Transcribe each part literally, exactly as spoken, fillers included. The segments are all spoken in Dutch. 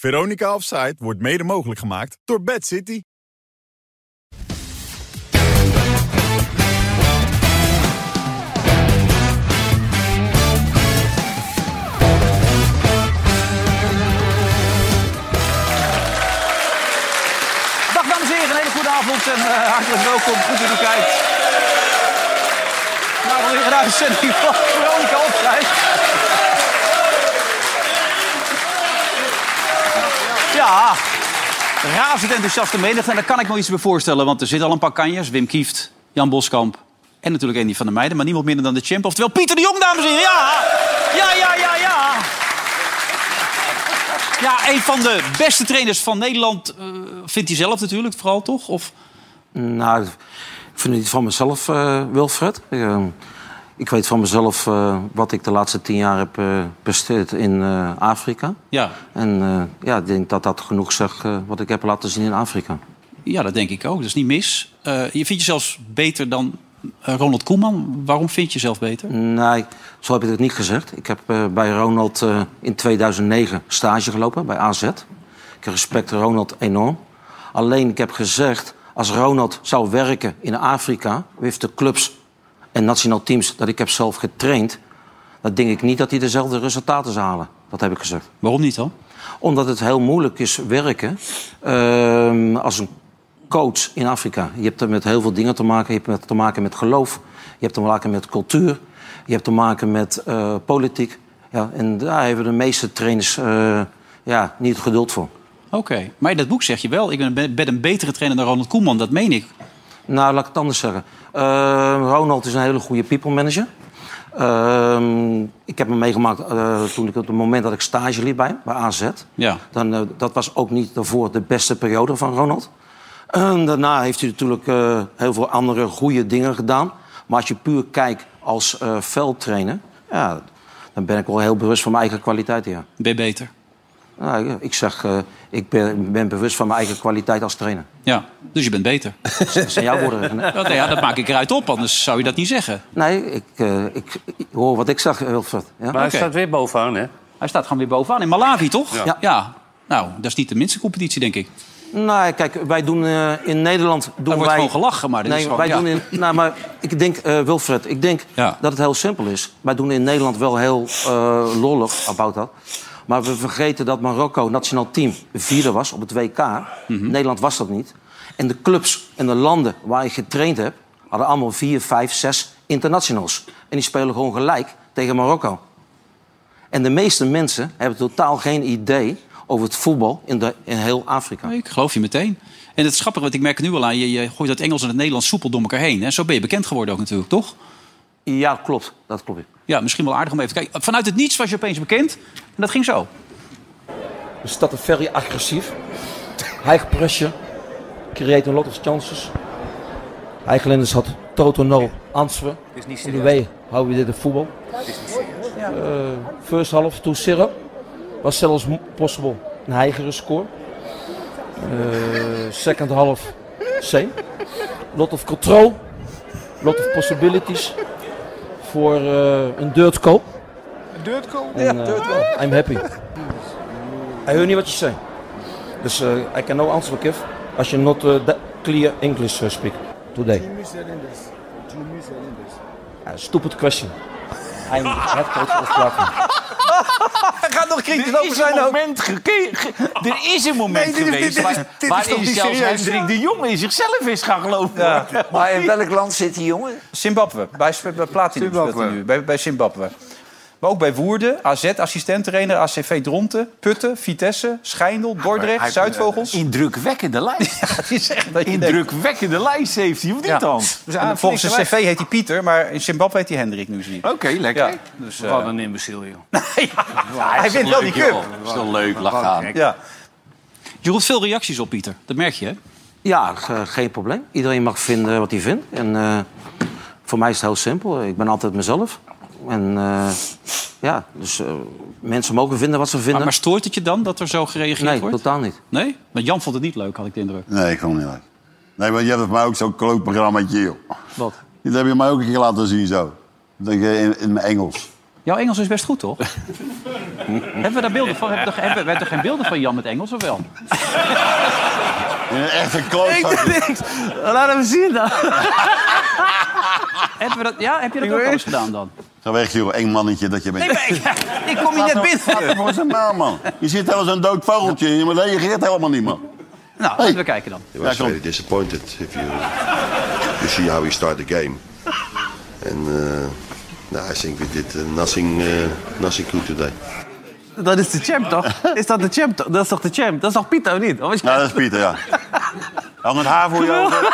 Veronica Offside wordt mede mogelijk gemaakt door Bad City. Dag dames en heren, een hele goede avond en uh, hartelijk welkom. Goed dat u kijkt. Nou, weer een uitzending van Veronica Offside. Ja, razend enthousiaste menigte. En daar kan ik me iets bij voorstellen. Want er zitten al een paar kanjers. Wim Kieft, Jan Boskamp en natuurlijk Andy van der Meijden. Maar niemand minder dan de champ. Oftewel Pieter de Jong, dames en heren. Ja, ja, ja, ja, ja. Ja, een van de beste trainers van Nederland. Uh, vindt hij zelf natuurlijk, vooral toch? Of... Nou, ik vind het niet van mezelf, uh, Wilfred. Uh, ik weet van mezelf uh, wat ik de laatste tien jaar heb uh, besteed in uh, Afrika. Ja. En uh, ja, ik denk dat dat genoeg zegt uh, wat ik heb laten zien in Afrika. Ja, dat denk ik ook. Dat is niet mis. Uh, je vindt jezelf beter dan uh, Ronald Koeman. Waarom vind je jezelf beter? Nee, zo heb ik het niet gezegd. Ik heb uh, bij Ronald uh, in tweeduizend negen stage gelopen bij A Z. Ik respect Ronald enorm. Alleen, ik heb gezegd, als Ronald zou werken in Afrika, heeft de clubs en nationaal teams dat ik heb zelf getraind, dan denk ik niet dat hij dezelfde resultaten zou halen. Dat heb ik gezegd. Waarom niet dan? Omdat het heel moeilijk is werken uh, als een coach in Afrika. Je hebt er met heel veel dingen te maken. Je hebt te maken met geloof. Je hebt te maken met cultuur. Je hebt te maken met uh, politiek. Ja, en daar hebben de meeste trainers uh, ja, niet geduld voor. Oké, okay. Maar in dat boek zeg je wel, ik ben, ben een betere trainer dan Ronald Koeman. Dat meen ik. Nou, laat ik het anders zeggen. Uh, Ronald is een hele goede people manager. Uh, ik heb hem meegemaakt uh, toen ik op het moment dat ik stage liep bij, bij A Z. Ja. Dan, uh, dat was ook niet daarvoor de beste periode van Ronald. Uh, daarna heeft hij natuurlijk uh, heel veel andere goede dingen gedaan. Maar als je puur kijkt als uh, veldtrainer, ja, dan ben ik wel heel bewust van mijn eigen kwaliteit. Ja. Ben je beter? Nou, ik zeg, uh, ik ben, ben bewust van mijn eigen kwaliteit als trainer. Ja, dus je bent beter. Dat zijn jouw woorden. Ja, nou ja, dat maak ik eruit op, anders zou je dat niet zeggen. Nee, ik, uh, ik, ik hoor wat ik zeg, Wilfred. Ja? Maar hij okay. staat weer bovenaan, hè? Hij staat gewoon weer bovenaan. In Malawi, toch? Ja. ja. Nou, dat is niet de minste competitie, denk ik. Nou, kijk, wij doen uh, in Nederland... Doen er wordt wij... gewoon gelachen, maar... Dit nee, is gewoon, wij ja. doen in... Nou, maar ik denk, uh, Wilfred, ik denk ja. dat het heel simpel is. Wij doen in Nederland wel heel uh, lollig about dat. Maar we vergeten dat Marokko, nationaal team, vierde was op het W K. Mm-hmm. Nederland was dat niet. En de clubs en de landen waar ik getraind heb, hadden allemaal vier, vijf, zes internationals. En die spelen gewoon gelijk tegen Marokko. En de meeste mensen hebben totaal geen idee over het voetbal in, de, in heel Afrika. Nee, ik geloof je meteen. En het is grappig, want ik merk nu al aan, je, je gooit het Engels en het Nederlands soepel door elkaar heen. Hè? Zo ben je bekend geworden ook natuurlijk, toch? Ja, klopt. Dat klopt. Ja, misschien wel aardig om even te kijken. Vanuit het niets was je opeens bekend. En dat ging zo. We starten very agressief. High pressure. Create a lot of chances. Eigenlanders had total no answer. Is niet serieus. The way how we did the football. Is niet serieus. Uh, first half to zero. Was zelfs possible een higher score. Uh, second half same. Lot of control. Lot of possibilities. Voor uh, een dirt goal. Een dirt goal? Ja, uh, dirt goal. I'm happy. I heard niet wat je zei. Dus uh, I can no answer give als je not uh, clear English uh, speak today. Do you miss that English? Do you miss that English? Uh, stupid question. I'm head coach of Platinum. Hij gaat nog kritisch over zijn ook. Er is een moment nee, dit, geweest dit, dit, waar, dit waarin zelfs Hendrik de Jong in zichzelf is gaan geloven. Ja. Maar in welk land zit die jongen? Zimbabwe. Bij, bij Platinum speelt hij nu. Bij, bij Zimbabwe. Maar ook bij Woerden, A Z, assistenttrainer, A C V Dronten, Putten, Vitesse, Schijndel, Dordrecht, hij, Zuidvogels. Indrukwekkende lijst. Ja, het is echt dat je Indrukwekkende denkt. lijst heeft hij, of niet ja. dan? Dus en volgens zijn cv heet hij Pieter, maar in Zimbabwe heet hij Hendrik nu zie ik. Oké, okay, lekker. Ja, dus, uh... Wat een imbecil, joh. ja, ja, hij wint wel die cup. Dat is wel leuk, lach aan. Ja. Je roept veel reacties op, Pieter. Dat merk je, hè? Ja, uh, geen probleem. Iedereen mag vinden wat hij vindt. En uh, voor mij is het heel simpel. Ik ben altijd mezelf. En uh, ja, dus uh, mensen mogen vinden wat ze vinden. Maar, maar stoort het je dan dat er zo gereageerd nee, wordt? Nee, totaal niet. Nee? Maar Jan vond het niet leuk, had ik de indruk. Nee, ik vond het niet leuk. Nee, maar je hebt voor mij ook zo'n klootprogrammaatje, joh. Wat? Dit heb je mij ook een keer laten zien, zo. Dat ik in, in mijn Engels. Jouw Engels is best goed, toch? Hebben we daar beelden van? Hebben we, toch, hebben we toch geen beelden van Jan met Engels, of wel? Echt een klootzak. Niks. Laat hem zien dan. Hebben we dat, ja, heb je dat ook al eens gedaan dan? Ga weg, joh. Eng mannetje dat je bent. Nee, maar ik, ik kom hier net binnen. Voor zijn naam, man. Je zit wel als een dood vogeltje. Je reageert helemaal niet, man. Nou, laten we kijken dan. He was Ja, very disappointed if you you see how we start the game. And uh, no, I think we did uh, nothing uh, nothing good today. Dat is de champ, toch? Is dat de champ? toch? Dat is toch de champ? Dat is toch Pieter, of niet? Of is... Nou, dat is Pieter, ja. Hang het haar voor je ogen.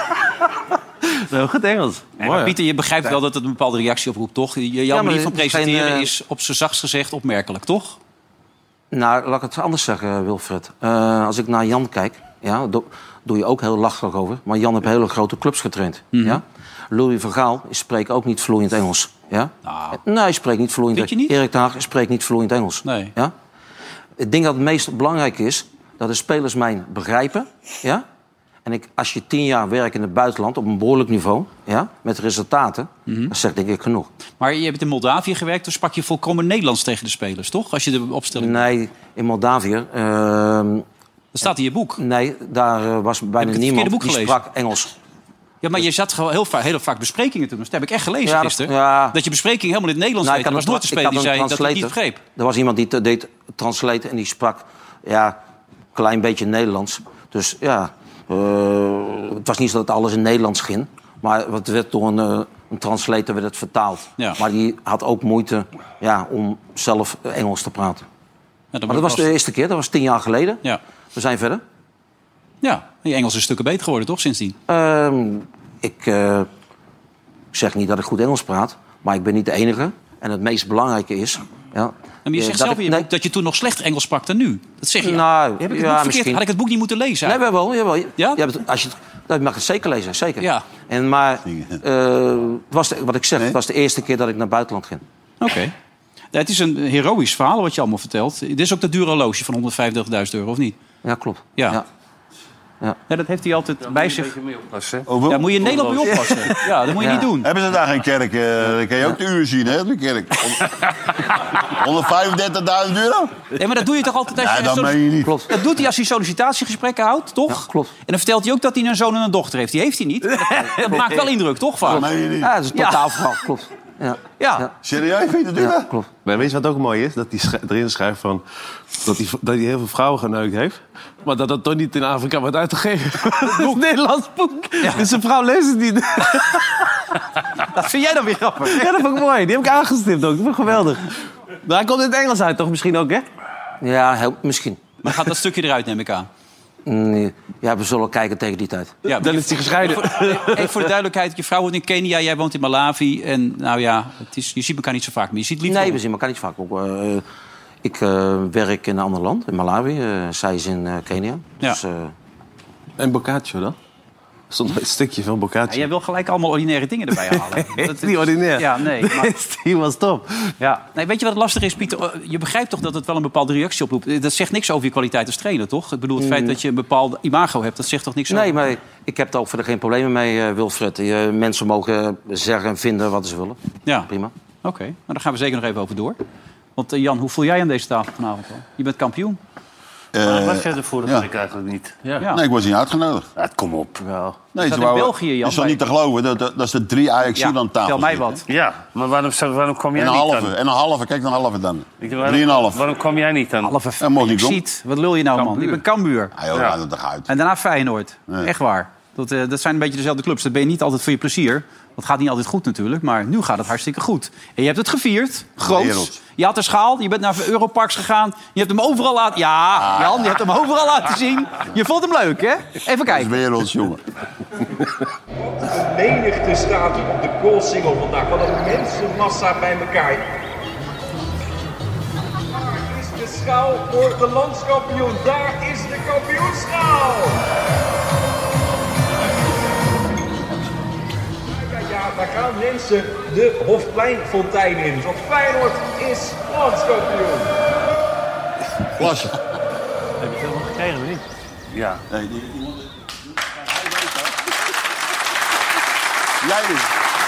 Nou, goed Engels. Nee, Mooi, maar hè? Pieter, je begrijpt wel dat het een bepaalde reactie oproept, toch? Je- Jouw Ja, maar manier van het is geen, presenteren eh, is op z'n zachtst gezegd opmerkelijk, toch? Nou, laat ik het anders zeggen, Wilfred. Uh, als ik naar Jan kijk, ja, do, doe je ook heel lachelijk over. Maar Jan heeft hele grote clubs getraind. Mhm. Ja? Louis van Gaal spreekt ook niet vloeiend Engels. Ja? Nou. Nee, hij spreekt niet vloeiend Vind je niet? Erik ten Hag spreekt niet vloeiend Engels. Nee. Ja? Ik denk dat het meest belangrijk is dat de spelers mij begrijpen. Ja? En ik, als je tien jaar werkt in het buitenland op een behoorlijk niveau, ja, met resultaten, Mhm. dat zegt denk ik genoeg. Maar je hebt in Moldavië gewerkt, dus sprak je volkomen Nederlands tegen de spelers, toch? Als je de opstelling... Nee, in Moldavië. ehm, Dat staat in je boek. nee, daar eh, was bijna het verkeerde niemand boek die gelezen? sprak Engels. Ja, maar je zat gewoon heel vaak, heel vaak besprekingen toen. Dat heb ik echt gelezen Ja, dat- gisteren. ja. Dat je besprekingen helemaal in het Nederlands Nou, deed. Er was nooit een speler die ik zei had dat een hij het niet translator. begreep. Er was iemand die te- deed translaten en die sprak ja, een klein beetje Nederlands. Dus ja, eh, het was niet zo dat alles in Nederlands ging. Maar het werd door een, eh, een translator werd het vertaald. Ja. Maar die had ook moeite ja, om zelf Engels te praten. Ja, dan Maar dat was was- de eerste keer, dat was tien jaar geleden. Ja. We zijn verder. Ja, je Engels is stukken beter geworden, toch, sindsdien? Ehm, ik, eh, ik zeg niet dat ik goed Engels praat, maar ik ben niet de enige. En het meest belangrijke is... Ja, Maar je eh, zegt dat zelf ik- in je nee, boek dat je toen nog slechter Engels sprak dan nu. Dat zeg je. Nou, Heb ik het ja, boek verkeerd? misschien. Had ik het boek niet moeten lezen? Nee, wel, jawel. Ja? Je hebt het, als je, het- dat mag je het zeker lezen, zeker. Ja. En, maar eh, het was de- wat ik zeg, het was de eerste keer dat ik naar het buitenland ging. Oké. Ja, het is een heroïsch verhaal wat je allemaal vertelt. Dit is ook dat dure horloge van honderdvijftigduizend euro, of niet? Ja, klopt. Ja. Ja. Ja, dat heeft hij altijd bij zich. Over? Daar moet je in Nederland mee oppassen. Ja, dat moet je Ja. niet doen. Hebben ze daar geen kerk? eh, dan kan je ook de uur zien, hè, de kerk. honderdvijfendertigduizend euro? Nee, maar dat doe je toch altijd als je... Ja, dat solic- meen je niet. Klopt. Dat doet hij als hij sollicitatiegesprekken houdt, toch? Ja, klopt. En dan vertelt hij ook dat hij een zoon en een dochter heeft. Die heeft hij niet. Dat maakt wel indruk, toch, vaak? Dat meen je niet. Ja, dat is een totaal verhaal, klopt. Ja. Ja. Serieus, vind je het duur? Ja, klopt. Maar weet je wat ook mooi is? Dat hij sch- erin schrijft van, dat hij dat hij heel veel vrouwen geneukt heeft. Maar dat dat toch niet in Afrika wordt uitgegeven. Het is een Nederlands boek. Dus zijn vrouw leest het niet. Dat vind jij dan weer grappig. Ja, dat vond ik mooi. Die heb ik aangestipt ook. Dat vond ik geweldig. Maar hij komt in het Engels uit toch misschien ook, hè? Ja, heel, misschien. Maar gaat dat stukje eruit, neem ik aan. Mm, ja, we zullen kijken tegen die tijd. Ja, Dan is hij gescheiden. Even voor de duidelijkheid. Je vrouw woont in Kenia, jij woont in Malawi. En nou ja, het is, je ziet elkaar niet zo vaak meer. Je ziet liever... Nee, we zien elkaar niet vaak. Ook, eh, ik eh, werk in een ander land, in Malawi. Eh, zij is in eh, Kenia. Ja. Dus, eh, En Boccaccio dan? Er stond een stukje van Ja, Boccaccio. jij wil gelijk allemaal ordinaire dingen erbij halen. Dat is niet ordinair. Ja, nee. Maar, Die was top. ja. Nee, weet je wat het lastig is, Pieter? Je begrijpt toch dat het wel een bepaalde reactie oproept? Dat zegt niks over je kwaliteit als trainer, toch? Ik bedoel, het feit dat je een bepaald imago hebt, dat zegt toch niks nee, over? maar ik heb er ook verder geen problemen mee, eh, Wilfred. Je, mensen mogen zeggen en vinden wat ze willen. Ja, Prima. oké. Maar daar gaan we zeker nog even over door. Want eh, Jan, hoe voel jij aan deze tafel vanavond al? Je bent kampioen. Eh, was jij de vorige ja. week eigenlijk niet? Ja. Nee, ik was niet uitgenodigd. Ja, kom op. Nee, staat ze in wouden- België, Jan, is toch bij- niet te geloven? Dat, dat, dat is de drie Ajax Ja, aan tafel. vertel mij zitten. wat. Ja, maar waarom, zou- waarom kwam jij En een niet halve. dan? En een halve. Kijk dan een halve dan. Ik- waarom- Drieënhalf. Waarom kwam jij niet dan? Halve Dat mocht niet doen. ziet. Wat lul je nou, man? Ik ben Cambuur. Ah, joh, Ja. laat het toch uit. En daarna Feyenoord. Nee. Echt waar. Dat, eh, dat zijn een beetje dezelfde clubs. Dat ben je niet altijd voor je plezier. Dat gaat niet altijd goed natuurlijk. Maar nu gaat het hartstikke goed. En je hebt het gevierd. Groot. Wereld. Je had een schaal. Je bent naar Europarks gegaan. Je hebt hem overal laten... Ja, Jan, je hebt hem overal laten zien. Je vond hem leuk, hè? Even Dat is kijken. werelds, jongen. De menigte staat er op de goalsingel vandaag. Wat een mensenmassa bij elkaar. Daar is de schaal voor de landskampioen. Daar is de kampioenschaal. Ja, ja, daar gaan mensen de Hofpleinfontein in. Want Feyenoord is landskampioen. Klasse. Heb je veel van gekregen, of niet? Ja. Nee, die, die, die, Jij dus.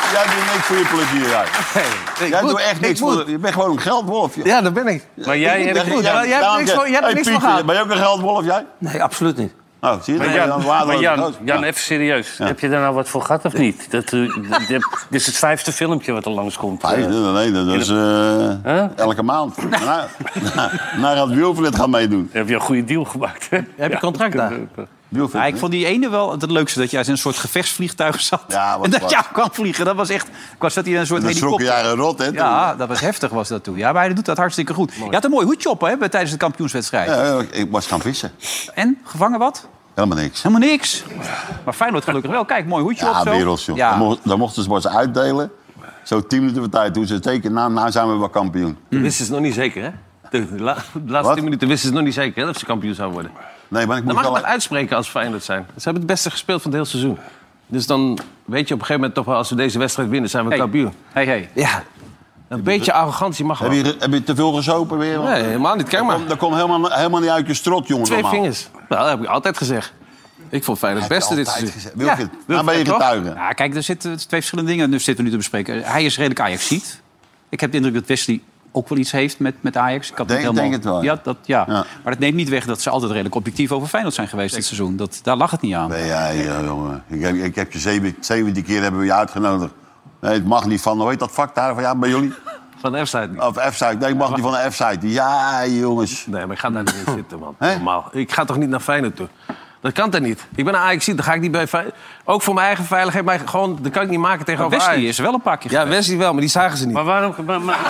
jij doet niks voor je plezier, jij. Nee, Jij moet, doet echt niks voor... Je bent gewoon een geldwolf. joh. Ja, dat ben ik. Maar jij hebt... Ja, jij hebt Daarom niks zeg- voor- jij hebt Hey, niks voor Pieter, gehad. ben je ook een geldwolf, jij? Nee, absoluut niet. Oh, zie je Maar dat? Jan, Dan maar waardeloos Jan, groot. Jan Ja. even serieus. Heb je daar nou wat voor gehad of niet? Dat, uh, d- d- dit is het vijfde filmpje wat er langskomt. Nee, nee, nee, dat is uh, Huh? elke maand. Nou, naar het Wilfred gaan meedoen. Heb je een goede deal gemaakt, hè? Heb je contract daar? Ja, ik vond die ene wel het leukste, dat jij in een soort gevechtsvliegtuig zat. Ja, wat en dat was- jij kan vliegen, dat was echt... Ik was dat hij in een soort Dat schrokken helikopter. jaren rot, hè? toen. Ja, dat was heftig was dat toen. Ja, maar hij doet dat hartstikke goed. Je had een mooi hoedje op, hè, bij- tijdens de kampioenswedstrijd. Ja, ik- ik was gaan vissen. En, gevangen wat? Helemaal niks. Helemaal niks. Maar Feyenoord gelukkig wel. Kijk, mooi hoedje op Ja, zo. werelds, joh. Ja. Dan, mo- dan mochten ze wat ze uitdelen. Zo tien minuten voor tijd doen ze teken. Nou, nou zijn we wel kampioen. Dat wisten ze nog niet zeker, hè? De, la- de laatste Wat? tien minuten wisten ze nog niet zeker hè, dat ze kampioen zouden worden. Nee, maar ik Dan moet mag je wel... dat uitspreken als Feyenoord zijn. Ze hebben het beste gespeeld van het hele seizoen. Dus dan weet je op een gegeven moment toch wel... als we deze wedstrijd winnen, zijn we Hey. kampioen. Hey, hey. Ja, een beetje arrogantie mag Heb wel. je, heb je te veel gezopen weer? Nee, helemaal niet. Kijk maar. Dat komt helemaal, helemaal niet uit je strot, jongen. Twee normaal. vingers. Nou, dat heb ik altijd gezegd. Ik vond Feyenoord het beste dit Altijd seizoen. gezegd. Wilfried, nou ben je toch? getuige. Ja, kijk, er zitten twee verschillende dingen. Dus zitten we nu te bespreken. Hij is redelijk Ajaxiet. Ik heb de indruk dat Wesley ook wel iets heeft met, met Ajax. Ik had Denk- niet helemaal... denk het wel, ja. Ja, dat, ja. Ja. Maar dat neemt niet weg dat ze altijd redelijk objectief over Feyenoord zijn geweest dit seizoen. Dat, daar lag het niet aan. Ben jij, eh, jongen. Ik heb, ik heb je zeven, zeventien keer hebben we je uitgenodigd. Nee, het mag niet van, hoe heet dat vak daar van jou bij jullie? Van de F-site niet. Of F-site. Nee, ik mag niet van de F-site. Ja, jongens. Nee, maar ik ga daar niet in zitten, man. Hè? Normaal. Ik ga toch niet naar Feyenoord toe? Dat kan toch niet? Ik ben een Ajax-ziet, dan ga ik niet bij Feyenoord. Ook voor mijn eigen veiligheid, maar gewoon, dat kan ik niet maken Maar tegenover Wesley Ajax. is er wel een paar keer Ja, geweest. Wesley wel, maar die zagen ze niet. Maar waarom... Maar, maar,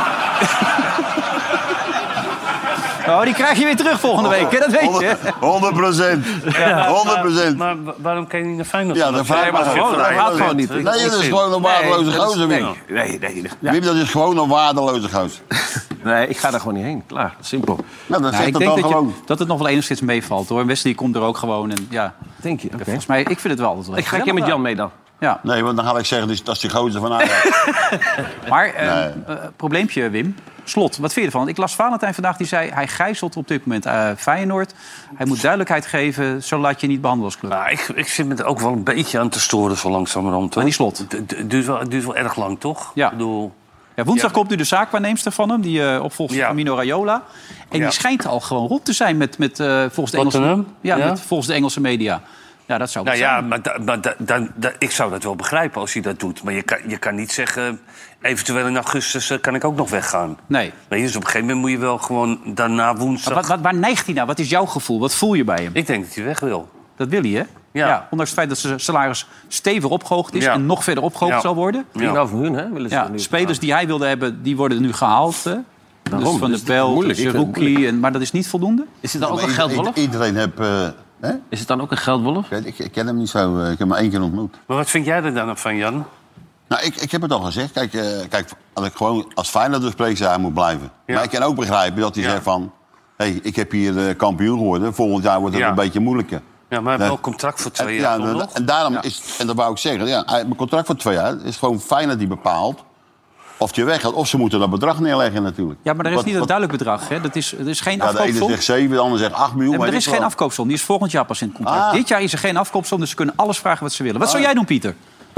Oh, die krijg je weer terug volgende week, hè? Dat weet je. honderd procent. honderd procent. maar, maar waarom kan je niet naar Feyenoord? Ja, gaan? dat Als jij vraag ik me maar gewoon. vrij Dat gaat bent, gewoon niet. hè? Nee, dat is onzin. gewoon een waardeloze dat is- gozer, nee, Wim. nee, nee, nee. Wim, dat is gewoon een waardeloze gozer. Nee, ik ga daar gewoon niet heen. Klaar, simpel. Nou, dan Nou, zegt ik dat denk dan dat, gewoon. je, dat het nog wel enigszins meevalt, hoor. Wesley komt er ook gewoon. En, ja, Denk je? Oké. volgens mij, ik vind het wel altijd wel Ik ga een keer met Jan mee dan. Ja. Nee, want dan ga ik zeggen, dus, dat is de gozer van Ajax. Maar, eh, Nee. eh, probleempje, Wim. Slot, wat vind je ervan? Ik las Valentijn vandaag, die zei... hij gijzelt op dit moment uh, Feyenoord. Hij moet duidelijkheid geven, zo laat je niet behandelen als club. Nou, ik, ik zit me er ook wel een beetje aan te storen zo langzamerhand. Maar die Slot? Het het- het duurt wel, het duurt wel erg lang, toch? Ja. Ik bedoel... Ja, woensdag Ja. komt nu de zaakwaarneemster van hem, die uh, opvolgt Ja. van Mino Raiola. En Ja. die schijnt al gewoon rond te zijn met, met, uh, volgens, de Engelse, Tottenham? ja, Ja. Met, volgens de Engelse media. Ja, dat zou Nou het ja, zijn. maar, da, maar da, dan- da- ik zou dat wel begrijpen als hij dat doet. Maar je kan, je kan niet zeggen, eventueel in augustus eh, kan ik ook nog weggaan. Nee. Weet je, dus op een gegeven moment moet je wel gewoon daarna woensdag... Maar wat, wat, waar neigt hij nou? Wat is jouw gevoel? Wat voel je bij hem? Ik denk dat hij weg wil. Dat wil hij, hè? Ja. ondanks het feit dat zijn salaris stevig opgehoogd is... Ja. en nog verder opgehoogd Ja. zal worden. drieënhalf miljoen, hè? Willen ze Ja, nu spelers die hij wilde hebben, die worden nu gehaald. Hè? Dus Waarom? van Dat de is Bel, moeilijk. Ik vind het Zerouki, en maar dat is niet voldoende? Is het dan ook Maar een ieder- geldwolf? Iedereen heb... eh, hè? Is het dan ook een geldwolf? Ik, weet- ik, ik ken hem niet zo. eh, Ik heb hem maar één keer ontmoet. Maar wat vind jij er dan van, Jan? Nou, ik, ik heb het al gezegd. Kijk, eh, kijk als ik gewoon als Feyenoord spreek, zei hij moet blijven. Ja. Maar ik kan ook begrijpen dat hij Ja. zegt van... Hey, ik heb hier eh, kampioen geworden. Volgend jaar wordt het Ja. een beetje moeilijker. Ja, maar hij heeft Nee. wel een contract voor En, twee ja, jaar, en, toch? en daarom Ja. is... En dat wou ik zeggen. Ja, hij heeft een contract voor twee jaar. Het is gewoon Feyenoord die bepaalt of je weggaat. Of ze moeten dat bedrag neerleggen natuurlijk. Ja, maar er is Wat- niet een wat- duidelijk bedrag. Hè? Dat is, er is geen Ja, de ene afkoopsom. zegt zeven, de ander zegt acht miljoen. Nee, maar er weet is ik geen wel. afkoopsom. Die is volgend jaar pas in het contract. Ah. Dit jaar is er geen afkoopsom, dus ze kunnen alles vragen wat ze willen. Wat zou jij doen, Pieter?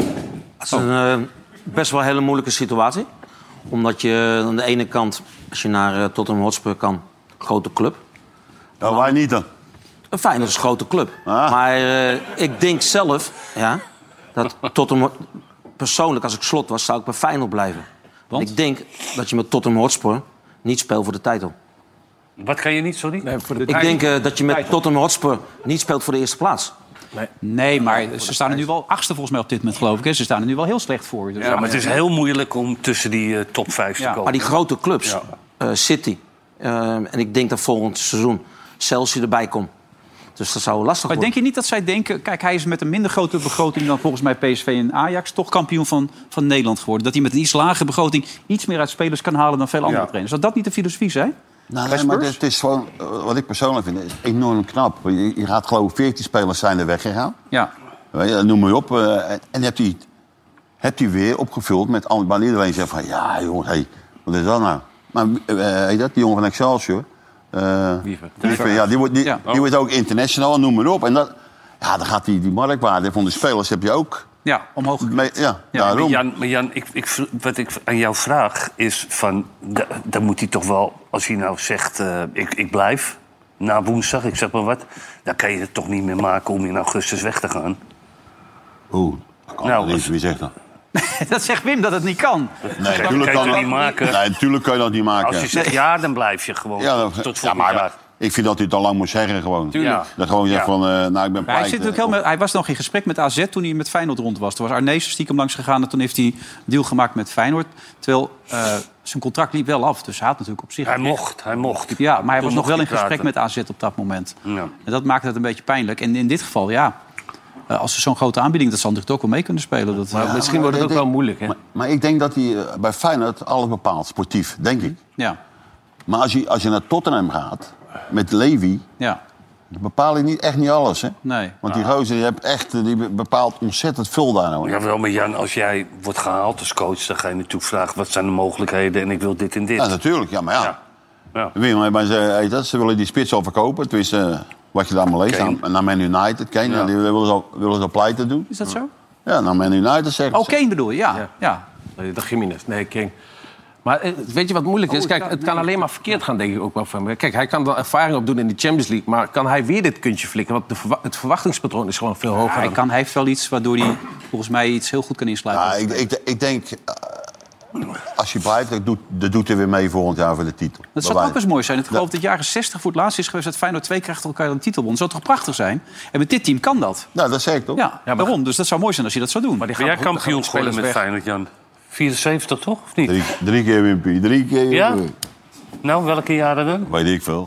Het is een eh, best wel een hele moeilijke situatie. Omdat je aan de ene kant, als je naar uh, Tottenham Hotspur kan, grote club. Ja, wij niet dan. Een Feyenoord is een grote club. Ah. Maar eh, ik denk zelf, ja, dat Tottenham... Persoonlijk, als ik Slot was, zou ik bij Feyenoord blijven. Want? Ik denk dat je met Tottenham Hotspur niet speelt voor de titel. Wat kan je niet, sorry? Nee, voor de Ik denk eh, dat je met Tottenham Hotspur niet speelt voor de eerste plaats. Nee, maar ze staan er nu wel achtste volgens mij op dit moment, geloof ik. Hè? Ze staan er nu wel heel slecht voor. Dus Ja, maar het is heel moeilijk om tussen die uh, top vijf te Ja. komen. Maar die grote clubs, Ja. eh, City... eh, en ik denk dat volgend seizoen Chelsea erbij komt. Dus dat zou lastig Maar worden. denk je niet dat zij denken... Kijk, hij is met een minder grote begroting dan volgens mij P S V en Ajax... toch kampioen van, van Nederland geworden. Dat hij met een iets lagere begroting iets meer uit spelers kan halen dan veel andere Ja. trainers. Zou dat niet de filosofie zijn? Nou, Bij nee, maar Spurs? het is gewoon, eh, wat ik persoonlijk vind, is enorm knap. Je, je gaat geloof ik veertien spelers zijn er weggegaan. Ja. Weet je, noem maar op. eh, en en hebt hij hebt hij weer opgevuld met... al- waar iedereen zegt van, ja jongens, hey, wat is dat nou? Maar eh, heet dat, die jongen van Excelsior... eh, Wiever, ja, die, wordt, die, Ja. die wordt ook international, noem maar op. En dat, ja, dan gaat die, die marktwaarde van de spelers heb je ook Ja, omhoog. Me, ja, Ja, maar daarom. Jan, maar Jan ik, ik, wat ik aan jou vraag is van... da- dan moet hij toch wel, als hij nou zegt... Uh, ik, ik blijf na woensdag, ik zeg maar wat... dan kan je het toch niet meer maken om in augustus weg te gaan. Oeh, dat kan Nou, niet. als- Wie zegt dat? Dat zegt Wim dat het niet kan. Nee, kan natuurlijk je kan het dat niet maken. Nee, natuurlijk kan je dat niet maken. Als je zegt ja, dan blijf je gewoon Ja, dat- tot ja, volgend maar jaar. ik vind dat hij het al lang moet zeggen gewoon. Tuurlijk. Dat gewoon zegt Ja. van, uh, nou, ik ben Maar pleit. hij, zit natuurlijk heel met, hij was nog in gesprek met A Z toen hij met Feyenoord rond was. Toen was Arnees stiekem langs gegaan en toen heeft hij een deal gemaakt met Feyenoord. Terwijl uh, zijn contract liep wel af, dus hij had natuurlijk op zich... Hij mocht, hij mocht. Ja, maar hij Toen was nog mocht wel in hij gesprek praten. met A Z op dat moment. Ja. En dat maakte het een beetje pijnlijk. En in dit geval, ja, uh, als er zo'n grote aanbieding... dat zal natuurlijk ook wel mee kunnen spelen. Dat, Maar uh, misschien wordt het ook ik wel denk- moeilijk, hè? Maar, maar ik denk dat hij uh, bij Feyenoord alles bepaalt, sportief, denk ik. ja, Maar als je, als je naar Tottenham gaat, met Levy... ja, dan bepaal je niet, echt niet alles, hè? nee. Want die gozer die, hebt echt, die bepaalt ontzettend veel daar nou. Jawel, maar Jan, als jij wordt gehaald als coach... dan ga je natuurlijk vragen, wat zijn de mogelijkheden... en ik wil dit en dit. Ja, natuurlijk. Ja, maar ja. Ja. Ja. Wim, maar ze, weet je, ze willen die spits al verkopen. Tenminste, uh, wat je daar maar leest. Kane. Naar, naar Man United. Kane, Ja. nou, die willen ze, al, willen ze al pleiten doen. Is dat zo? Ja, naar Man United zeggen Oh, ze. Kane bedoel je, ja. ja. Ja. Nee, de Jiménez. Nee, King. Maar eh, weet je wat moeilijk is? Kijk, het kan alleen maar verkeerd gaan, denk ik ook wel van hem. Kijk, hij kan er ervaring op doen in de Champions League... maar kan hij weer dit kuntje flikken? Want de verwa- het verwachtingspatroon is gewoon veel hoger. Hij, dan- kan, hij heeft wel iets waardoor hij volgens mij iets heel goed kan insluiten. Ja, ik, ik, ik denk, uh, als je blijft, dat doet, dat doet hij weer mee volgend jaar voor de titel. Dat zou ook eens mooi zijn. Ik geloof dat het jaren zestig voor het laatst is geweest... dat Feyenoord twee krijgt elkaar een titel won. Dat zou toch prachtig zijn? En met dit team kan dat. Nou, dat zeg ik toch? Ja, maar- daarom. Dus dat zou mooi zijn als je dat zou doen. Maar die Ben gaan jij toch- kampioen gaan spelers geworden met weg. Feyenoord, Jan? vierenzeventig, toch? Of niet? Drie, drie keer Wimpy, drie keer Wimpy. Ja? Nou, welke jaren dan? Weet ik veel.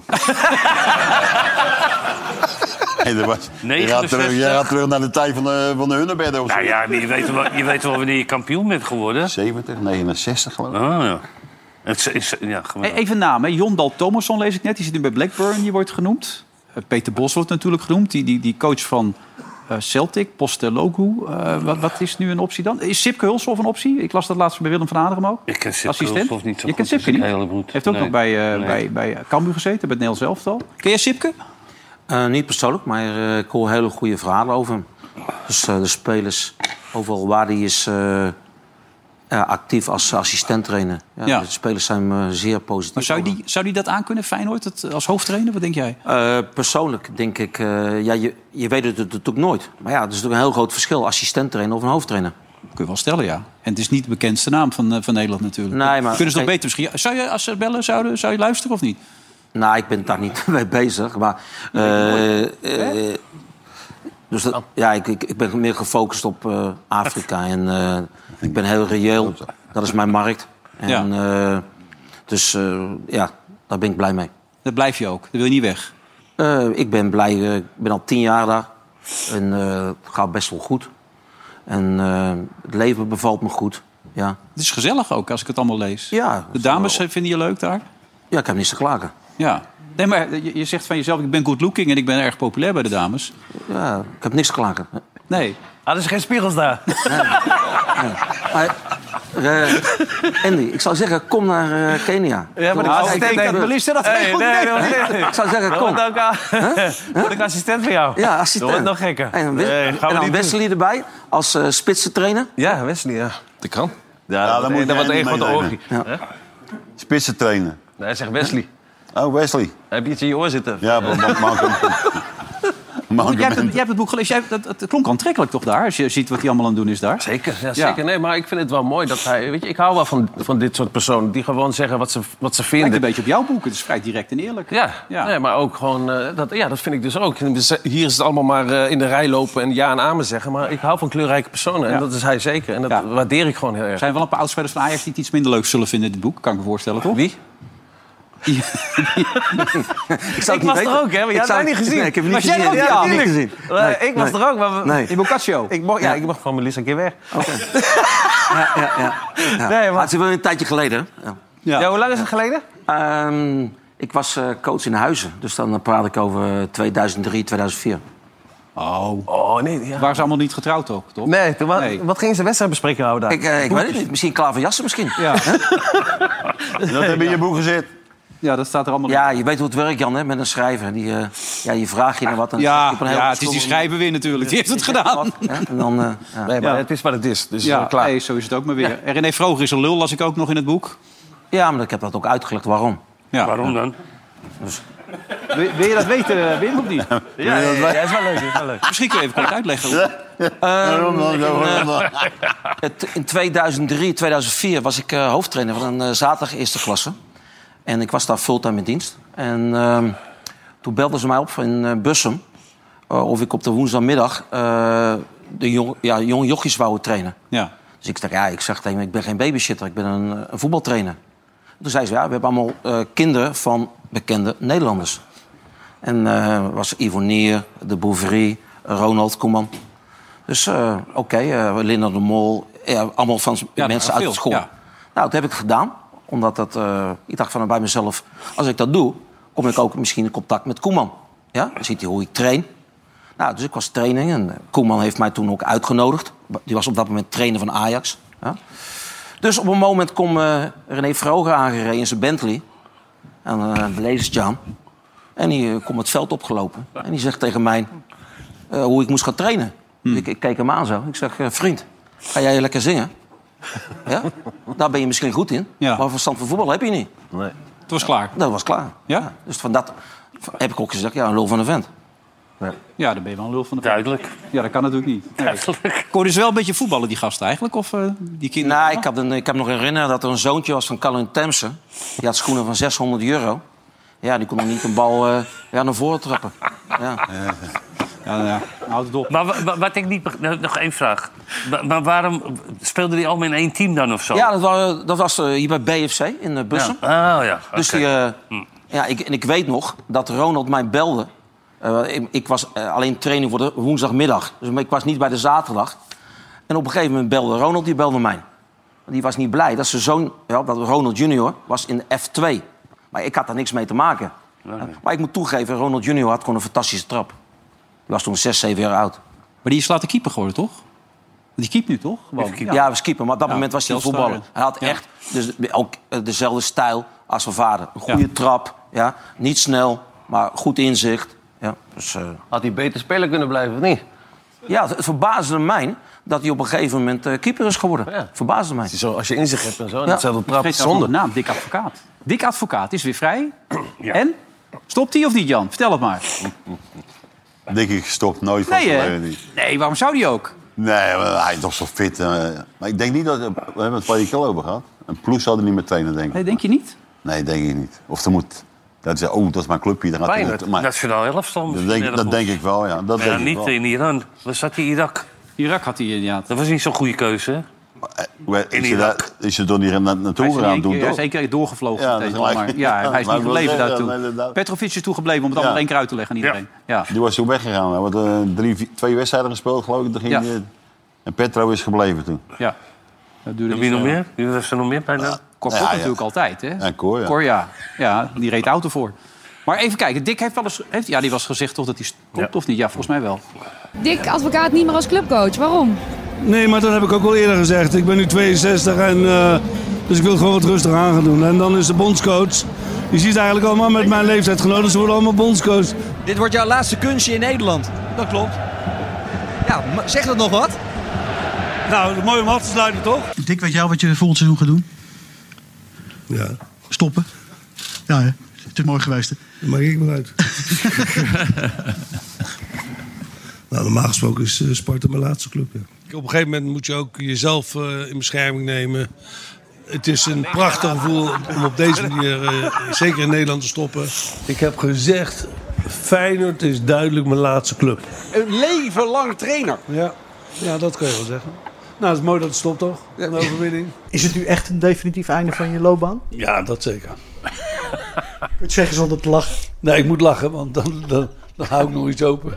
Hey, dat was, je, gaat terug, je gaat terug naar de tijd van de, van de Hunebedden of zo. Nou ja, maar je weet, wel, je weet wel wanneer je kampioen bent geworden. zeventig, negenenzestig geloof ik. Ah, ja. Het is, ja, gewoon. Hey, even naam, hè. Jondal Thomasson lees ik net. Die zit nu bij Blackburn, die wordt genoemd. Uh, Peter Bos wordt natuurlijk genoemd. Die, die, die coach van uh, Celtic, Posteloglou. Uh, wat, wat is nu een optie dan? Is Sipke Hulshoff een optie? Ik las dat laatst bij Willem van Hanegem ook. Ik ken Sipke Assistent. Hulshoff niet zo Je goed, kent Sipke dus ik niet? heel goed. Heeft ook Nee. nog bij, uh, Nee. bij, bij Cambuur gezeten, bij het Nederlands elftal. Ken jij Sipke? Uh, niet persoonlijk, maar uh, ik hoor hele goede verhalen over hem. Dus uh, de spelers, overal waar hij is uh, uh, actief als assistent-trainer. Ja, Ja. De spelers zijn uh, zeer positief. Maar zou over die, zou die dat aankunnen, Feyenoord, het, als hoofdtrainer? Wat denk jij? hem. Uh, persoonlijk denk ik, uh, ja, je, je weet het natuurlijk nooit. Maar ja, er is natuurlijk een heel groot verschil, assistent-trainer of een hoofdtrainer. Kun je wel stellen, ja. En het is niet de bekendste naam van, uh, van Nederland natuurlijk. Nee, maar- Kunnen ze nog kijk- beter misschien... Zou je, als ze bellen, zouden, zou je luisteren of niet? Nou, ik ben daar niet mee bezig. Maar, uh, uh, dus dat, ja, ik, ik, ik ben meer gefocust op uh, Afrika. En uh, ik ben heel reëel. Dat is mijn markt. En, uh, dus uh, ja, daar ben ik blij mee. Dat blijf je ook. Dat wil je niet weg. Uh, ik ben blij. Uh, ik ben al tien jaar daar. En uh, het gaat best wel goed. En uh, het leven bevalt me goed. Ja, Het is gezellig ook, als ik het allemaal lees. ja, De dames uh, vinden je leuk daar? ja ik heb niets te klagen. Ja. Nee, maar je, je zegt van jezelf, ik ben good looking en ik ben erg populair bij de dames. Ja, ik heb niks te klagen. Nee. Ah, er zijn geen spiegels daar. Maar, uh, Andy, ik zou zeggen, kom naar uh, Kenia. Ja, maar Doe- ik Ah, denk dat Melissa dat Hey, goed nee, deed. nee, nee. Ik zou zeggen, Dan kom. word ik ook, word ik assistent van jou. Ja, assistent. Dat wordt nog gekker. En dan, Wes- Nee, gaan we en dan niet Wesley erbij als uh, spitsentrainer. Ja, Wesley, ja. Dat kan. Ja, dan dat, moet dat jij wordt echt niet wat de meenemen. orgie. Ja. Spitsen trainen. Nee, hij zegt Wesley. Oh, Wesley. Heb je iets in je oor zitten? Ja, maar maar- maar- maar- Jij hebt, het, jij hebt het boek gelezen. Jij, dat, het klonk aantrekkelijk toch daar? Als je ziet wat hij allemaal aan het doen is daar. Zeker, ja, zeker. Nee, maar ik vind het wel mooi dat hij... Weet je, ik hou wel van, van dit soort personen die gewoon zeggen wat ze, wat ze Lijkt vinden. een beetje op jouw boek. Het is vrij direct en eerlijk. Ja, Ja. Nee, maar ook gewoon... uh, dat, ja, dat vind ik dus ook. Hier is het allemaal maar uh, in de rij lopen en ja en amen zeggen. Maar ik hou van kleurrijke personen. En Ja. dat is hij zeker. En dat Ja. waardeer ik gewoon heel erg. Er zijn wel een paar oudspelers van Ajax die het iets minder leuk zullen vinden in dit boek. Kan ik me voorstellen, toch? Wie? Ik, zou Ik was er ook, hè? Maar jij hebt mij niet gezien. Nee, ik heb het Was niet jij gezien. er ook? Ja, Ja, niet tuurlijk. gezien. Nee, ik was nee. er ook, maar... Nee. In Boccaccio. Ik mocht, ja, Ja. ik mocht van Melissa een keer weg. Ja, ja, ja. ja. Nee, maar- het is wel een tijdje geleden. hè? Ja. Ja. Ja, hoe lang is het geleden? Ehm, ik was uh, coach in Huizen. Dus dan praat ik over tweeduizend drie, tweeduizend vier. Oh. Oh, nee. Ja. Waren ze allemaal niet getrouwd ook, toch? Nee, toen, wa- Nee. wat gingen ze wedstrijdbespreking houden daar? Ik, uh, ik weet het niet. Misschien klaverjassen misschien. Ja. Dat heb je in je boek gezet. Ja, dat staat er allemaal Ja, je weet hoe het werkt, Jan, hè, met een schrijver. Die, uh, ja, je vraagt je naar wat. En ja, op een heel ja, het is die schrijver weer natuurlijk. Die heeft het gedaan. Ja, en dan, uh, ja. Nee, maar Ja. het is wat het is. Dus Ja, uh, klaar. nee, zo is het ook maar weer. Ja. René Vroger is een lul, las ik ook nog in het boek. ja, maar ik heb dat ook uitgelegd waarom. Ja. Waarom dan? Wil, wil je dat weten, Wim, of niet? Ja, ja, ja, ja, is wel leuk. Is wel leuk. Misschien kun je even kort uitleggen. Waarom dan? Waarom dan? Het, in tweeduizend drie, tweeduizend vier was ik uh, hoofdtrainer van een uh, zaterdag eerste klasse. En ik was daar fulltime in dienst. En uh, toen belden ze mij op in uh, Bussum... Uh, of ik op de woensdagmiddag uh, de jong, ja, jonge jochies wou trainen. Ja. Dus ik zeg, ja, ik zeg tegen hem, ik ben geen babyshitter, ik ben een, een voetbaltrainer. Toen zei ze, ja, we hebben allemaal uh, kinderen van bekende Nederlanders. En uh, was Ivonier, de Bouverie, Ronald Koeman. Dus uh, oké, okay, uh, Linda de Mol, ja, allemaal van Ja, mensen uit de school. Ja. Nou, dat heb ik gedaan. Omdat dat, uh, ik dacht van bij mezelf, als ik dat doe, kom ik ook misschien in contact met Koeman. Ja, dan ziet hij hoe ik train. Nou, dus ik was training en Koeman heeft mij toen ook uitgenodigd. Die was op dat moment trainer van Ajax. Ja. Dus op een moment komt uh, René Vroger aangereden in zijn Bentley. En uh, de lezersjaan. En die uh, komt het veld opgelopen. En die zegt tegen mij uh, hoe ik moest gaan trainen. Hmm. Dus ik, ik keek hem aan zo. Ik zeg, uh, vriend, ga jij lekker zingen? Ja? Daar ben je misschien goed in. Ja. Maar verstand van voetbal heb je niet. Nee. Het was klaar. Dat was klaar. Ja? Ja. Dus van dat heb ik ook gezegd, ja, een lul van een vent. Ja, dan ben je wel een lul van de... Duidelijk. Ja, dat kan natuurlijk niet. Nee. Duidelijk. Kon je dus wel een beetje voetballen, die gasten eigenlijk? Of uh, die kinderen? Nou, ik, heb een, ik heb nog herinneren dat er een zoontje was van Colin Temse. Die had schoenen van zeshonderd euro. Ja, die kon nog niet een bal uh, ja, naar voren trappen. Ja. Ja, ja. Houd het op. Maar wa- wa- wat ik niet... beg- nou, nog één vraag. Maar, maar waarom speelden die allemaal in één team dan of zo? Ja, dat was, dat was uh, hier bij B F C in uh, Bussum. Ja. Oh ja, Dus oké. die, uh, Hm. ja, ik, en ik weet nog dat Ronald mij belde. Uh, ik, ik was uh, alleen training voor de woensdagmiddag. Dus ik was niet bij de zaterdag. En op een gegeven moment belde Ronald, die belde mij. Die was niet blij dat zijn zoon, ja, dat Ronald junior, was in de F twee. Maar ik had daar niks mee te maken. Nee. Uh, maar ik moet toegeven, Ronald junior had gewoon een fantastische trap. Die was toen zes, zeven jaar oud. Maar die is later keeper geworden, toch? Die keept nu, toch? Gewoon. Ja, ja was keeper, maar op dat Ja, moment was hij een Telstar. voetballer. Hij had Ja. echt dus, ook uh, dezelfde stijl als zijn vader. Een goede Ja. trap, ja. Niet snel, maar goed inzicht. Ja, dus, uh, Had hij beter speler kunnen blijven, of niet? ja, het, het verbaasde mij dat hij op een gegeven moment uh, keeper is geworden. Ja. Verbaasde mij. Zo, als je inzicht hebt en zo, Ja. dat zou dat trap Vergeet zelfs nog zonde. de naam, Dick Advocaat. Dick Advocaat is weer vrij. Ja. En? Stopt hij of niet, Jan? Vertel het maar. Denk ik gestopt, nooit van Nee, zijn hè? leven niet. Nee, waarom zou die ook? Nee, maar hij is toch zo fit. uh, maar ik denk niet dat... We hebben het vorige keer over gehad. Een ploeg zou er niet meer trainen, denk ik. Nee, denk je niet? Nee, denk ik niet. Of er moet... Dat is, oh, dat is mijn clubje. Dan gaat hij Feyenoord. naartoe. Maar Nationaal elftal dat, misschien denk, dat ergens. denk ik wel, ja. Dat Maar denk ja, ik niet wel. in Iran. Waar zat hij? Irak. Irak had hij inderdaad. Dat was niet zo'n goede keuze, hè? Eh, hoe- In Is je Irak. daar- is je door die na- naartoe Hij is, gegaan één doen, keer, hij is toch? één keer doorgevlogen. Ja, meteen dat is al, gelijk. maar, ja, hij is Maar niet ik wil gebleven zeggen, daartoe. ja, inderdaad. Petrovic is toegebleven om het Ja. allemaal één keer uit te leggen aan iedereen. Ja. Die was toen weggegaan. Hij had uh, drie, vier- twee wedstrijden gespeeld, geloof ik. Toen ging Ja. die- en Petro is gebleven toen. Ja. Dat duurde En niet wie nog zo- meer? Wie was er nog meer bij nou? Cor Ja, Pot ja. natuurlijk altijd, hè? Ja, Cor, ja. Cor, ja. Ja, die reed auto voor. Maar even kijken, Dick heeft wel eens... Heeft, ja, die was gezegd toch dat hij stopt, Ja. of niet? Ja, volgens mij wel. Dick Advocaat niet meer als clubcoach. Waarom? Nee, maar dat heb ik ook al eerder gezegd. Ik ben nu tweeënzestig en uh, dus ik wil gewoon wat rustig aan gaan doen. En dan is de bondscoach. Je ziet eigenlijk allemaal met mijn leeftijdgenoten, ze worden allemaal bondscoach. Dit wordt jouw laatste kunstje in Nederland. Dat klopt. Ja, m- zeg dat nog wat? Nou, mooi om af te sluiten, toch? Dick, weet jij wat je volgend seizoen gaat doen? Ja, Stoppen? Ja, hè? Het is mooi geweest. Hè? dat maak ik maar uit. Nou, normaal gesproken is uh, Sparta mijn laatste club, ja. Op een gegeven moment moet je ook jezelf uh, in bescherming nemen. Het is een prachtig gevoel om op deze manier, uh, zeker in Nederland, te stoppen. Ik heb gezegd, Feyenoord is duidelijk mijn laatste club. Een leven lang trainer. Ja, ja, dat kan je wel zeggen. Nou, het is mooi dat het stopt, toch? Een overwinning. Is het nu echt een definitief einde van je loopbaan? Ja, dat zeker. Kun je het zeggen zonder te lachen? Nee, ik moet lachen, want dan, dan, dan hou ik nog iets open.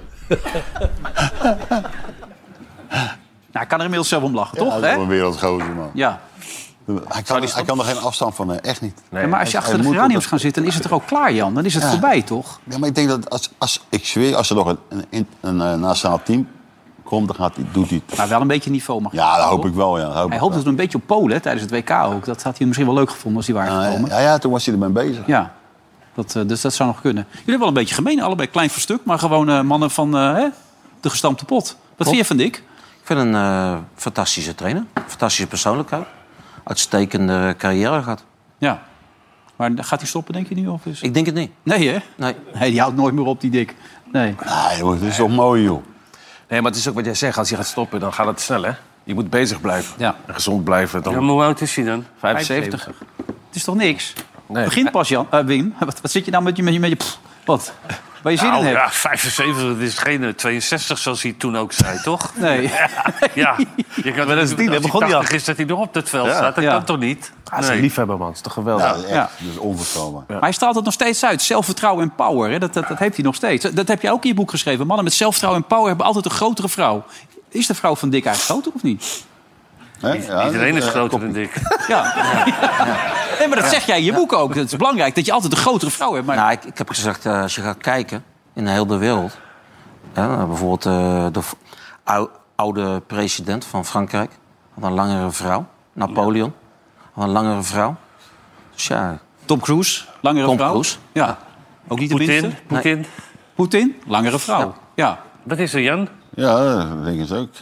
Nou, ik kan er inmiddels zelf om lachen, toch? Ja, dat Hè? is wel een wereldgozer, man. Ja. Hij kan, hij kan er geen afstand van, uh, echt niet. Ja, maar als je Hij achter de moet geraniums dat- gaat zitten, dan is het er ook klaar, Jan. Dan is het Ja. voorbij, toch? Ja, maar ik denk dat als, als ik zweer, als er nog een, een, een, een nationaal team komt, dan gaat hij, doet hij het. Maar wel een beetje niveau mag je Ja, dat hebben, hoop toch? ik wel, ja. Dat hoop Hij ik hoopte wel. toen een beetje op Polen hè, tijdens het W K ook. Dat had hij misschien wel leuk gevonden als hij waren Ja, gekomen. ja, ja, toen was hij ermee bezig. Ja. Dat, uh, dus dat zou nog kunnen. Jullie hebben wel een beetje gemeen. Allebei klein voor stuk. Maar gewoon uh, mannen van uh, hè, de gestampte pot. Wat vind je van Dick? Ik vind een uh, fantastische trainer. Fantastische persoonlijkheid. Uitstekende carrière gehad. Ja. Maar gaat hij stoppen, denk je nu? Of is... Ik denk het niet. Nee, hè? Nee. Nee, die houdt nooit meer op, die Dick. Nee. Nee, joh, dat is toch mooi, joh. Nee, maar het is ook wat jij zegt. Als je gaat stoppen, dan gaat het snel, hè? Je moet bezig blijven. Ja. En gezond blijven. Dan... Ja, maar hoe oud is hij dan? vijfenzeventig. Het is toch niks? Nee. Begint pas, Jan. Uh, Wim. Wat, wat zit je nou met je... Met je, met je pff, wat? Waar je zin Nou, in hebt? ja, vijfenzeventig, dat is geen uh, tweeënzestig zoals hij toen ook zei, toch? Nee. Ja, je kan Maar dat is tien, als begon hij hij al. tachtig is dat hij nog op het veld Ja. staat. Dat Ja. kan toch niet? Ah, dat is een liefhebber, man. Dat is toch geweldig? Ja, echt. Ja. Dat is onvoorstelbaar. Maar hij straalt het nog steeds uit. Zelfvertrouwen en power. Hè? Dat, dat, dat heeft hij nog steeds. Dat heb je ook in je boek geschreven. Mannen met zelfvertrouwen en power hebben altijd een grotere vrouw. Is de vrouw van Dick eigenlijk groter of niet? Hè? Ja, Iedereen is uh, groter kopie. dan Dick. Ja. Nee, maar dat zeg jij in je boek ook. Het is belangrijk dat je altijd een grotere vrouw hebt. Maar... Nou, ik, ik heb gezegd, uh, als je gaat kijken in heel de wereld... Hè, bijvoorbeeld uh, de v- ou- oude president van Frankrijk... had een langere vrouw. Napoleon had een langere vrouw. Dus ja... Tom Cruise, langere Tom vrouw. Cruise. Ja. Ook niet de Poetin, minste. Poetin. Poetin, langere vrouw. Ja. ja. Wat is er, Jan? Ja, dat denk ik ook.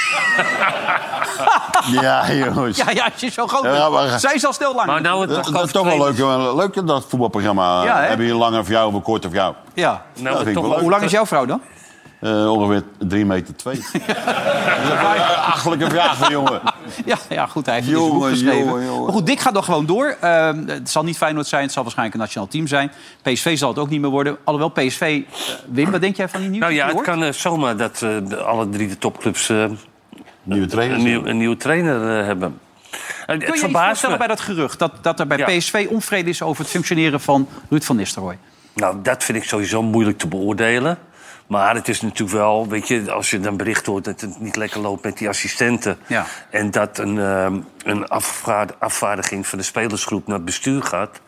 Ja, jongens. Ja, ja, als je zo groot bent. Ja, maar- Zij is al snel lang. Maar nou het Dat, toch dat is toch wel leuk, joh. Leuk dat voetbalprogramma. Ja, hè? Heb je een lange vrouw of een korte vrouw? Ja. dat Nou, vind ik toch wel wel- leuk. Hoe lang is jouw vrouw dan? Uh, ongeveer drie meter twee. Achterlijke vraag, jongen. Ja, ja, goed, hij heeft het in zijn boek Jongen, geschreven. jongen, jongen. Maar goed, Dick gaat nog gewoon door. Uh, het zal niet Feyenoord zijn, het zal waarschijnlijk een nationaal team zijn. P S V zal het ook niet meer worden. Alhoewel, P S V... Uh, Wim, wat denk jij van die nieuwe Nou ja, het hoort? kan uh, zomaar dat uh, de, alle drie de topclubs uh, Nieuwe trainer. een, nieuw, een nieuwe trainer uh, hebben. Uh, Kun het je iets verbaast voorstellen me. bij dat gerucht? Dat, dat er bij Ja. P S V onvrede is over het functioneren van Ruud van Nistelrooy? Nou, dat vind ik sowieso moeilijk te beoordelen. Maar het is natuurlijk wel, weet je, als je dan bericht hoort dat het niet lekker loopt met die assistenten. Ja. En dat een, um, een afvaard, afvaardiging van de spelersgroep naar het bestuur gaat.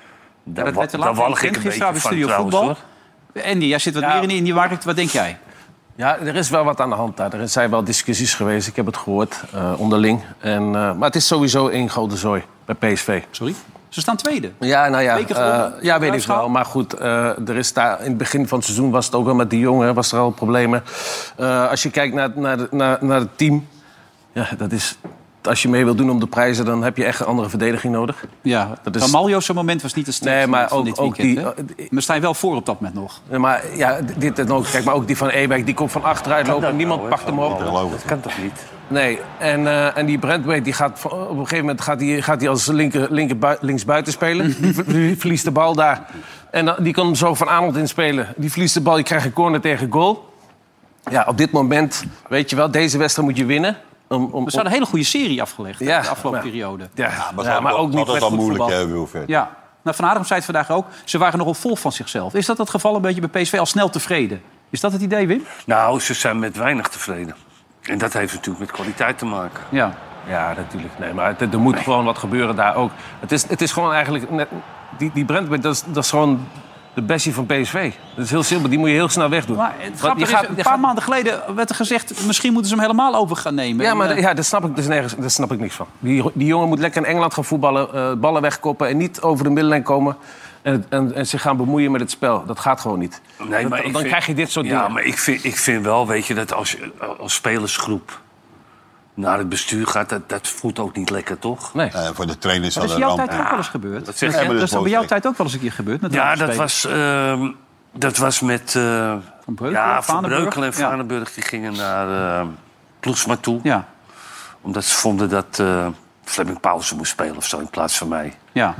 Ja, Daar dat wa- werd te daar laat walg ik bekend een gisteravond beetje in van Studio trouwens, Voetbal. hoor. Andy, jij zit wat Ja. meer in, in die markt. Wat denk jij? Ja, er is wel wat aan de hand daar. Er zijn wel discussies geweest. Ik heb het gehoord, uh, onderling. En, uh, maar het is sowieso één grote zooi bij P S V. Sorry? Ze staan tweede. Ja, nou ja, Weken uh, gewonnen. ja weet ik Uitschouw. wel. Maar goed, uh, er is daar, in het begin van het seizoen was het ook wel met die jongen, was er al problemen. Uh, als je kijkt naar, naar, de, naar, naar het team, ja, dat is, als je mee wilt doen om de prijzen, dan heb je echt een andere verdediging nodig. Ja, Dat is- Ramaljo's moment was niet het sterkste Nee, maar van ook- dit ook weekend. die- hè? Maar sta je wel voor op dat moment nog? Ja, maar ja, dit en ook. Kijk, maar ook die van Ebeck, die komt van achteruit lopen en niemand pakt hem op. Dat kan toch niet? Nee, en, uh, en die Brandweight, die gaat op een gegeven moment gaat die, gaat die als linker, linker bui- linksbuiten spelen. Die, ver- die verliest de bal daar. En dan, die kan hem zo van Arnold inspelen. Die verliest de bal, je krijgt een corner tegen goal. Ja, op dit moment, weet je wel, deze wedstrijd moet je winnen. Om, om, We hadden een hele goede serie afgelegd hè, Ja, de afgelopen maar- periode. Ja, Maar, ja, maar ook niet altijd met al goed moeilijk, voetbal. hè, Wilfred. Ja. Nou, Van Adem zei het vandaag ook. Ze waren nogal vol van zichzelf. Is dat het geval een beetje bij P S V al snel tevreden? Is dat het idee, Wim? Nou, ze zijn met weinig tevreden. En dat heeft natuurlijk met kwaliteit te maken. Ja. Ja, natuurlijk. Nee, maar het- er moet gewoon wat gebeuren daar ook. Het is, het is gewoon eigenlijk... Net, die, die Brandweight, dat is, dat is gewoon de bestie van P S V. Dat is heel simpel. Die moet je heel snel wegdoen. Maar het Want grappige je is, gaat- een je paar gaat- maanden geleden werd er gezegd... misschien moeten ze hem helemaal over gaan nemen. Ja, En, maar eh, ja, daar, snap ik, dus nergens, daar snap ik niks van. Die, die jongen moet lekker in Engeland gaan voetballen, eh, ballen wegkoppen... en niet over de middenlijn komen en, en, en zich gaan bemoeien met het spel. Dat gaat gewoon niet. Nee, Dat- maar dan ik vind- krijg je dit soort ja, dingen. maar ik vind, ik vind wel, weet je, dat als je als spelersgroep naar het bestuur gaat... dat, dat voelt ook niet lekker, toch? Nee. Uh, voor de trainers dat van is de in jouw ramp. tijd ook wel eens gebeurd. Dat zeg dat je. is, dat is Ja, maar bij dat jouw is tijd ook wel eens een keer gebeurd. Met Ja, welke dat spelers? was, ehm, dat was met... eh, Van Breukelen, ja, Van Vaneburg. Breukelen en Ja. Vaneburg die gingen naar eh Ploegsma toe. Ja, Omdat ze vonden dat eh Flemming Paulsen moest spelen of zo in plaats van mij. ja.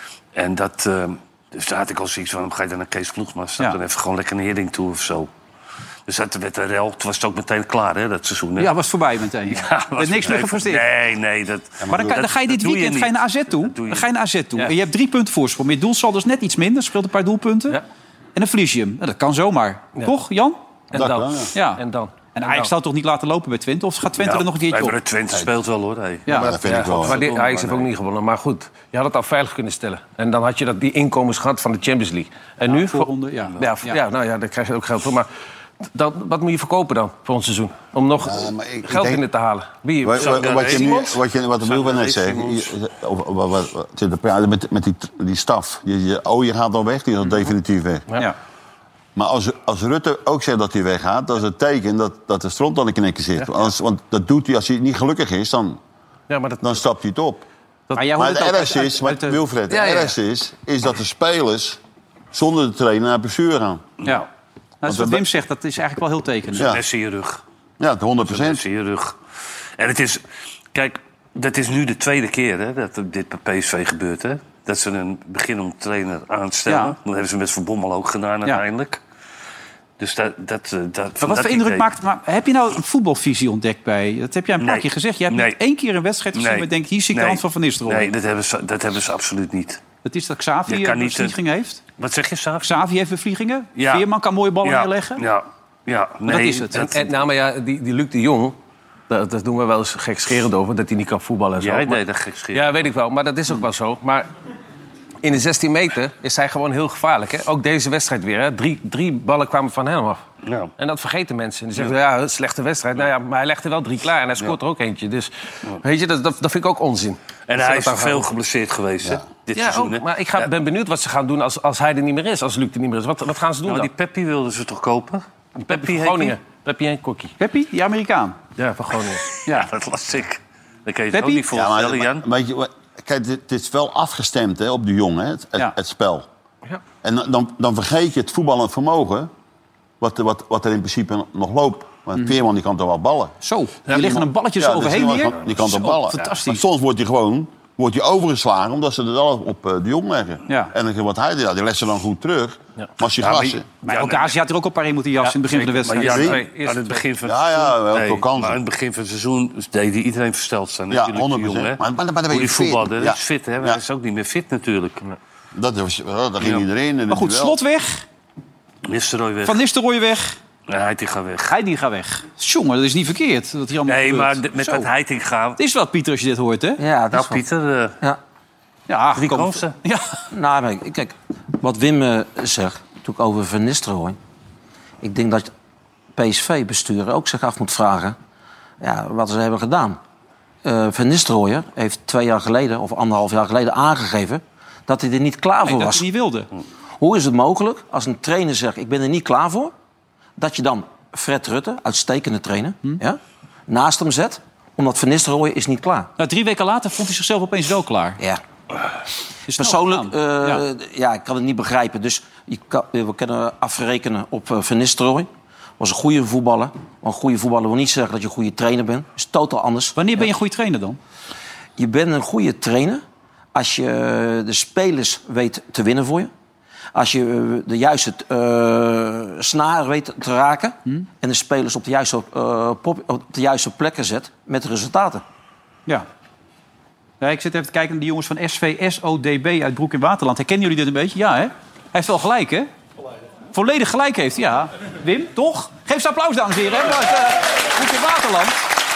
En dat... eh, dus daar had ik al zoiets van, ga je dan naar Kees Ploegsma? Stap Ja. dan even gewoon lekker naar Hering toe of zo. Dus dat werd een rel. Toen was het ook meteen klaar, hè, dat seizoen. Hè? Ja, was voorbij meteen. Ja, er was is niks meer meteen- gepresteerd. Nee, nee. Dat, Maar dan, kan- dan ga je dit dat doe je weekend ga je niet. naar A Z toe. Dat doe je Dan ga je naar A Z toe. Ja. En je hebt drie punten voorsprong. Je doelsaldo is net iets minder. Scheelt een paar doelpunten. Ja. En dan verlies je hem. Nou, dat kan zomaar. Ja. Toch, Jan? En Dat dan? kan, ja. Ja. En dan? En Ajax zou het toch niet laten lopen bij Twente? Of gaat Twente Ja, er nog een keertje nee, op? maar Twente speelt wel, hoor. Hey. Ja. Maar dat vind ik wel. Maar die, Ajax heeft ook niet gewonnen. Maar goed, je had het al veilig kunnen stellen. En dan had je dat, die inkomens gehad van de Champions League. En nu... voorronde, ja. Ja, Ja. ja, nou ja, daar krijg je ook geld voor. Maar Dan, wat moet je verkopen dan voor ons seizoen? Om nog Ja, maar ik- ik geld denk- in het te halen. Wie? Wat, wat, wat, je nu, wat, je, wat de Boer net zei, Simons. je- of- wat- wat- wat- zit te praten met, met die, die staf. Je, je, oh, je gaat al weg, die is al definitief weg. Ja. Maar als, als Rutte ook zegt dat hij weggaat, dat is het teken dat, dat de stront aan de knikken zit. Ja. Als, want dat doet hij, als hij niet gelukkig is, dan, Ja, maar dat, dan stapt hij het op. Maar jij Maar hoort het het ook ergste uit- is, uit wat de- Wilfred, Ja, ja. het ergste is, is dat de spelers zonder de trainer naar bestuur gaan. Ja. Nou, dat is wat we- Wim zegt, dat is eigenlijk wel heel tekenend. Ja. Mes in je rug. Ja, het honderd procent. Mes in je rug. En het is... Kijk, dat is nu de tweede keer hè, dat dit bij P S V gebeurt. Hè? Dat ze een begin om trainer aanstellen. Ja. Dat hebben ze met Van Bommel ook gedaan uiteindelijk. Dus dat... dat, eh, dat Maar van wat dat voor indruk idee- maakt... Maar heb je nou een voetbalvisie ontdekt bij... Dat heb jij een paar Nee. keer gezegd. Je hebt Nee. niet één keer een wedstrijd gezien... waar je denkt, hier zie ik de Nee. hand van Van Nistelrooy. Nee, dat hebben ze, dat hebben ze absoluut niet. Dat is dat Xavi Je kan een niet, eh, bevlieging heeft. Wat zeg je, Saaf? Xavi heeft bevliegingen. Ja. Veerman kan mooie ballen ja, neerleggen. Ja, ja. Maar dat is het. en, en, nou, maar ja, die, die Luc de Jong, daar, daar doen we wel eens gekscherend over... dat hij niet kan voetballen en zo. Jij Maar- deed dat gekscherend. Ja, weet ik wel, maar dat is ook wel zo. Maar in de zestien meter is hij gewoon heel gevaarlijk. Hè? Ook deze wedstrijd weer. Hè? Drie, drie ballen kwamen van hem af. Ja. En dat vergeten mensen. Die zeggen, ja, een slechte wedstrijd. Nou ja, maar hij legt er wel drie klaar en hij scoort er ook eentje. Dus weet je, dat, dat, dat vind ik ook onzin. En Dat ze hij dat is dan gaan veel doen. geblesseerd geweest, hè? Dit Ja, seizoen, ook, hè? maar ik ga, Ja. ben benieuwd wat ze gaan doen als, als hij er niet meer is. Als Luc er niet meer is. Wat, wat gaan ze doen Nou, dan? die Peppi wilden ze toch kopen? Die Peppi heet van Groningen. Peppi en Kokkie. Peppi, die Amerikaan. Ja, van Groningen. Ja. die? Dat las ik. Dat kan je het ook Peppi? niet voorstellen, maar, Jan. maar, weet je, wat- kijk, dit, dit is wel afgestemd hè, op de jongen, hè, het, het, Ja. het spel. Ja. En dan- dan, dan vergeet je het voetballend vermogen, wat, wat, wat er in principe nog loopt. Want Veerman die kan toch wel ballen. Zo, die liggen een balletje Ja, zo dus overheen die hier. kan- Die kan toch Zo, ballen. fantastisch. Maar soms wordt hij gewoon wordt hij overgeslagen, omdat ze het al op eh, de jong leggen. Ja. En dan wordt hij, ja, die legt ze dan goed terug. Maar als je Ja, maar gassen... je- Maar Ja, Ocasio had er ook op een paar in moeten jassen in het begin van de Maar wedstrijd. ja, Wie? nee, aan het begin van het Ja, ja, seizoen... wel nee, veel kansen. maar aan het begin van het seizoen deed hij iedereen versteld staan. Ja, natuurlijk, die honderd procent. jongen, hè. Maar- maar- maar dan ben Hoe je die fit. voetbalde, dat Ja. is fit, hè. Maar Ja. hij is ook niet meer fit, natuurlijk. Dat, was, dat ging Ja. iedereen. in Maar goed, het Slot weg. Nistelrooy weg. Van Nistelrooy weg. Nee, Heiting gaat weg. Hij die gaat weg. Jongen, dat is niet verkeerd. Dat hier allemaal Nee, gebeurt. maar de- met Zo. dat Heiting gaan... Het is wat, Pieter, als je dit hoort, hè? Ja, dat Nou, is wel- Pieter, eh, Ja. Ja, drie kom- kansen. Ja. Nou, maar kijk, wat Wim eh, zegt, natuurlijk over Van Nistelrooy. Ik denk dat P S V-bestuur ook zich af moet vragen ja, wat ze hebben gedaan. Eh Van Nistelrooy heeft twee jaar geleden, of anderhalf jaar geleden, aangegeven dat hij er niet klaar Nee, voor dat was. hij niet wilde. Hoe is het mogelijk als een trainer zegt, ik ben er niet klaar voor, dat je dan Fred Rutte, uitstekende trainer, ja, naast hem zet, omdat Van Nistelrooy is niet klaar. Nou, drie weken later vond hij zichzelf opeens wel klaar. Ja. Is snel Persoonlijk, gegaan. eh, ja. ik kan het niet begrijpen. Dus je kan, we kunnen afrekenen op uh, Van Nistelrooy. Was een goede voetballer. Maar een goede voetballer wil niet zeggen dat je een goede trainer bent. Dat is totaal anders. Wanneer ben je een goede trainer dan? Je bent een goede trainer als je uh, de spelers weet te winnen voor je. Als je uh, de juiste uh, snaar weet te raken. Hmm. En de spelers op de, juiste, uh, pop, op de juiste plekken zet met resultaten. Ja. Ja, ik zit even te kijken naar die jongens van S V S O D B uit Broek in Waterland. Herkennen jullie dit een beetje? Ja, hè? Hij heeft wel gelijk, hè? Volledig gelijk heeft hij, ja. Wim, toch? Geef eens applaus, dames en heren. Hè? Uit uh, Broek in Waterland.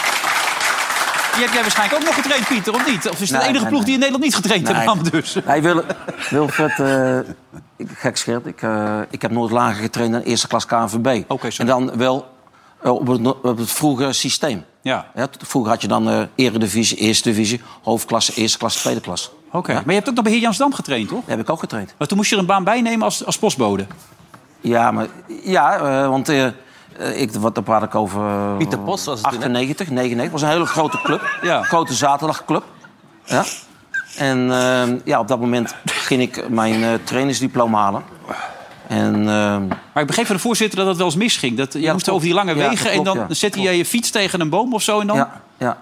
Die heb jij waarschijnlijk ook nog getraind, Pieter, of niet? Of is het de Nee, enige nee, ploeg nee. die in Nederland niet getraind Nee. heeft? Dus. Nee, Wil, Wilfred, uh, ik, gek scherp, ik, uh, ik heb nooit lager getraind dan eerste klas K N V B. Okay, en dan wel uh, op, het, op het vroege systeem. Ja. Ja, vroeger had je dan uh, eredivisie, eerste divisie, hoofdklasse, eerste klasse, tweede klas. Oké, okay. Ja? Maar je hebt ook nog bij Heer Jansdam getraind, toch? Dat heb ik ook getraind. Maar toen moest je er een baan bij nemen als, als postbode. Ja, maar, ja uh, want uh, ik, wat, daar praat ik over uh, Pieter Post was het achtennegentig, negenennegentig. Het was een hele grote club. Ja. Een grote zaterdagclub. Ja. En uh, ja, op dat moment ging ik mijn uh, trainersdiploma halen. En, uh, maar ik begreep van de voorzitter dat het wel eens misging. Dat, je ja, moest klopt. over die lange Ja, wegen klopt, en dan ja. zette je je fiets tegen een boom of zo. En dan... Ja, ja.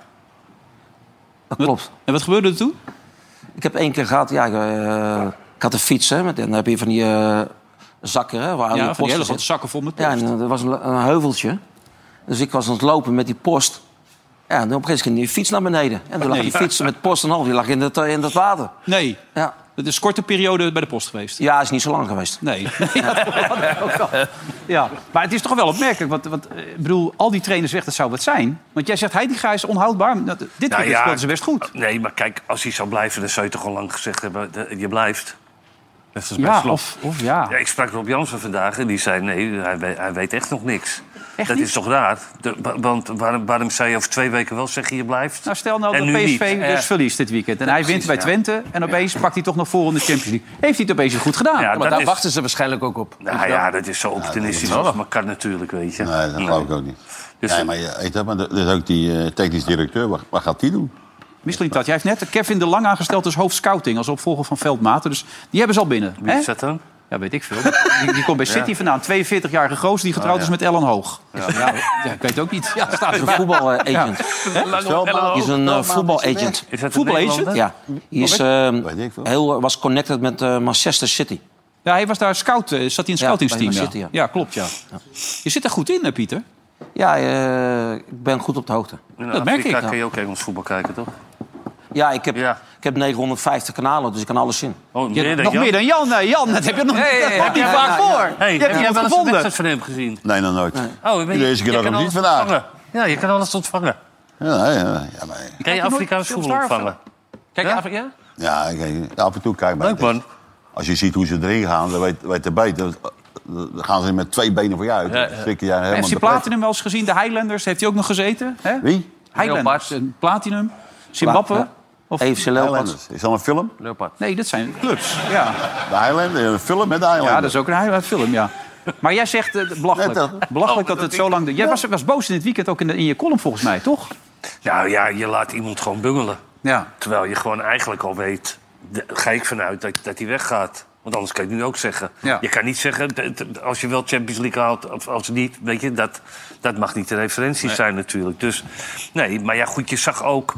Dat klopt. En wat gebeurde er toen? Ik heb één keer gehad, ja, uh, ik had een fiets, hè, met, en dan heb je van die uh, zakken, hè, waar ja, je van die hele post grote zit. zakken vol met post. Ja, en uh, er was een, een heuveltje. Dus ik was aan het lopen met die post. Ja, en op een gegeven moment ging die fiets naar beneden. En toen lag Nee. die fiets met post en al, die lag in het, in het water. Nee, Ja. het is een korte periode bij de post geweest. Ja, is niet zo lang geweest. Nee, nee dat had ik ook al. Ja, maar het is toch wel opmerkelijk. Want, want ik bedoel, al die trainers weg, dat zou wat zijn. Want jij zegt, Heitinga is onhoudbaar. Dit weekend Nou ja, speelden ze best goed. Nee, maar kijk, als hij zou blijven, dan zou je toch al lang gezegd hebben... de- je blijft. Dat is bij Ja, Slot. of, of ja. Ja, ik sprak Rob Jansen vandaag en die zei... nee, hij weet, hij weet echt nog niks. Echt dat niet? is toch raar? De, want waarom, waarom zou je over twee weken wel zeggen je blijft? Nou, stel nou en dat nu P S V niet. dus Ja. verliest dit weekend. En hij Precies, wint bij ja. Twente. En opeens pakt hij toch nog voor in de Champions League. Heeft hij het opeens goed gedaan? Ja, Maar dat daar is- wachten ze waarschijnlijk ook op. Nou ja, dat is zo opportunistisch Ja, dat is als maar kan natuurlijk, weet je. Nee, dat geloof ik ook niet. Dus- nee, maar je weet dat, maar er is ook die uh, technisch directeur. Wat, wat gaat die doen? Misselintat, jij heeft net Kevin de Lang aangesteld als hoofdscouting. Als opvolger van Veldmaten. Dus die hebben ze al binnen. Wie hè? is dat dan? Ja, weet ik veel. Die, die komt bij City Ja. vandaan. tweeënveertig-jarige gozer die getrouwd Oh, ja. is met Ellen Hoog. Ja. Ja, ja, ik weet het ook niet. Ja, staat Is er een voetbalagent. Hè? Is een uh, voetbalagent. Is dat een Voetbalagent? Nederlander? Ja, hij is, uh, heel, was connected met uh, Manchester City. Ja, hij was daar scout, uh, zat hij in Ja, het scoutingsteam. bij Ja, Man City, ja. ja. klopt, ja. Je zit er goed in, hè, Pieter? Ja, uh, ik ben goed op de hoogte. In Dat merk Afrika ik. kun je ook Engels voetbal kijken, toch? Ja, ik heb, Ja. ik heb negenhonderdvijftig kanalen, dus ik kan alles zien. Oh, Je, meer dan nog Jan? meer dan Jan. Nee, Jan, dat heb je nog Hey, dat hey, komt niet ja, vaak ja, voor. Hey, je hebt heb je je nog wel eens een gevonden. wedstrijd van hem gezien? Nee, nog nooit. Oh, Die deze keer je ook kan nog alles niet vandaag. ontvangen. Ja, je kan alles ontvangen. Ja, ja, ja, maar, Kan je nooit Afrikaans voetbal Star of zo? ontvangen? Kijk, Ja? Afrika, ja? ja, ik- af en toe kijk maar. Leuk, man. Als je ziet hoe ze erin gaan, dan weet, weet de beter. Dan gaan ze met twee benen voor je uit. Ja, ja. Dan schrik je jij helemaal Heeft hij de pret. Platinum wel eens gezien? De Highlanders, heeft hij ook nog gezeten? Hè? Wie? Highlanders, een Platinum. Zimbabwe? Ja. Of... E F C Leopards. Highlanders. Is dat een film? Leopard. Nee, dat zijn clubs. Ja. De Highlanders, een film met de Highlanders. Ja, dat is ook een Highland film, ja. Maar jij zegt uh, belachelijk. Net Belachelijk dat het zo lang duurt. Jij was, was boos in het weekend ook in, de, in je column volgens mij, toch? Nou ja, je laat iemand gewoon bungelen. Ja. Terwijl je gewoon eigenlijk al weet... de- ga ik vanuit dat, dat hij weggaat. Want anders kan je het nu ook zeggen. Ja. Je kan niet zeggen, d- d- als je wel Champions League haalt of als niet... Weet je, dat, dat mag niet de referentie Nee. zijn natuurlijk. Dus nee, maar ja, goed, je zag ook...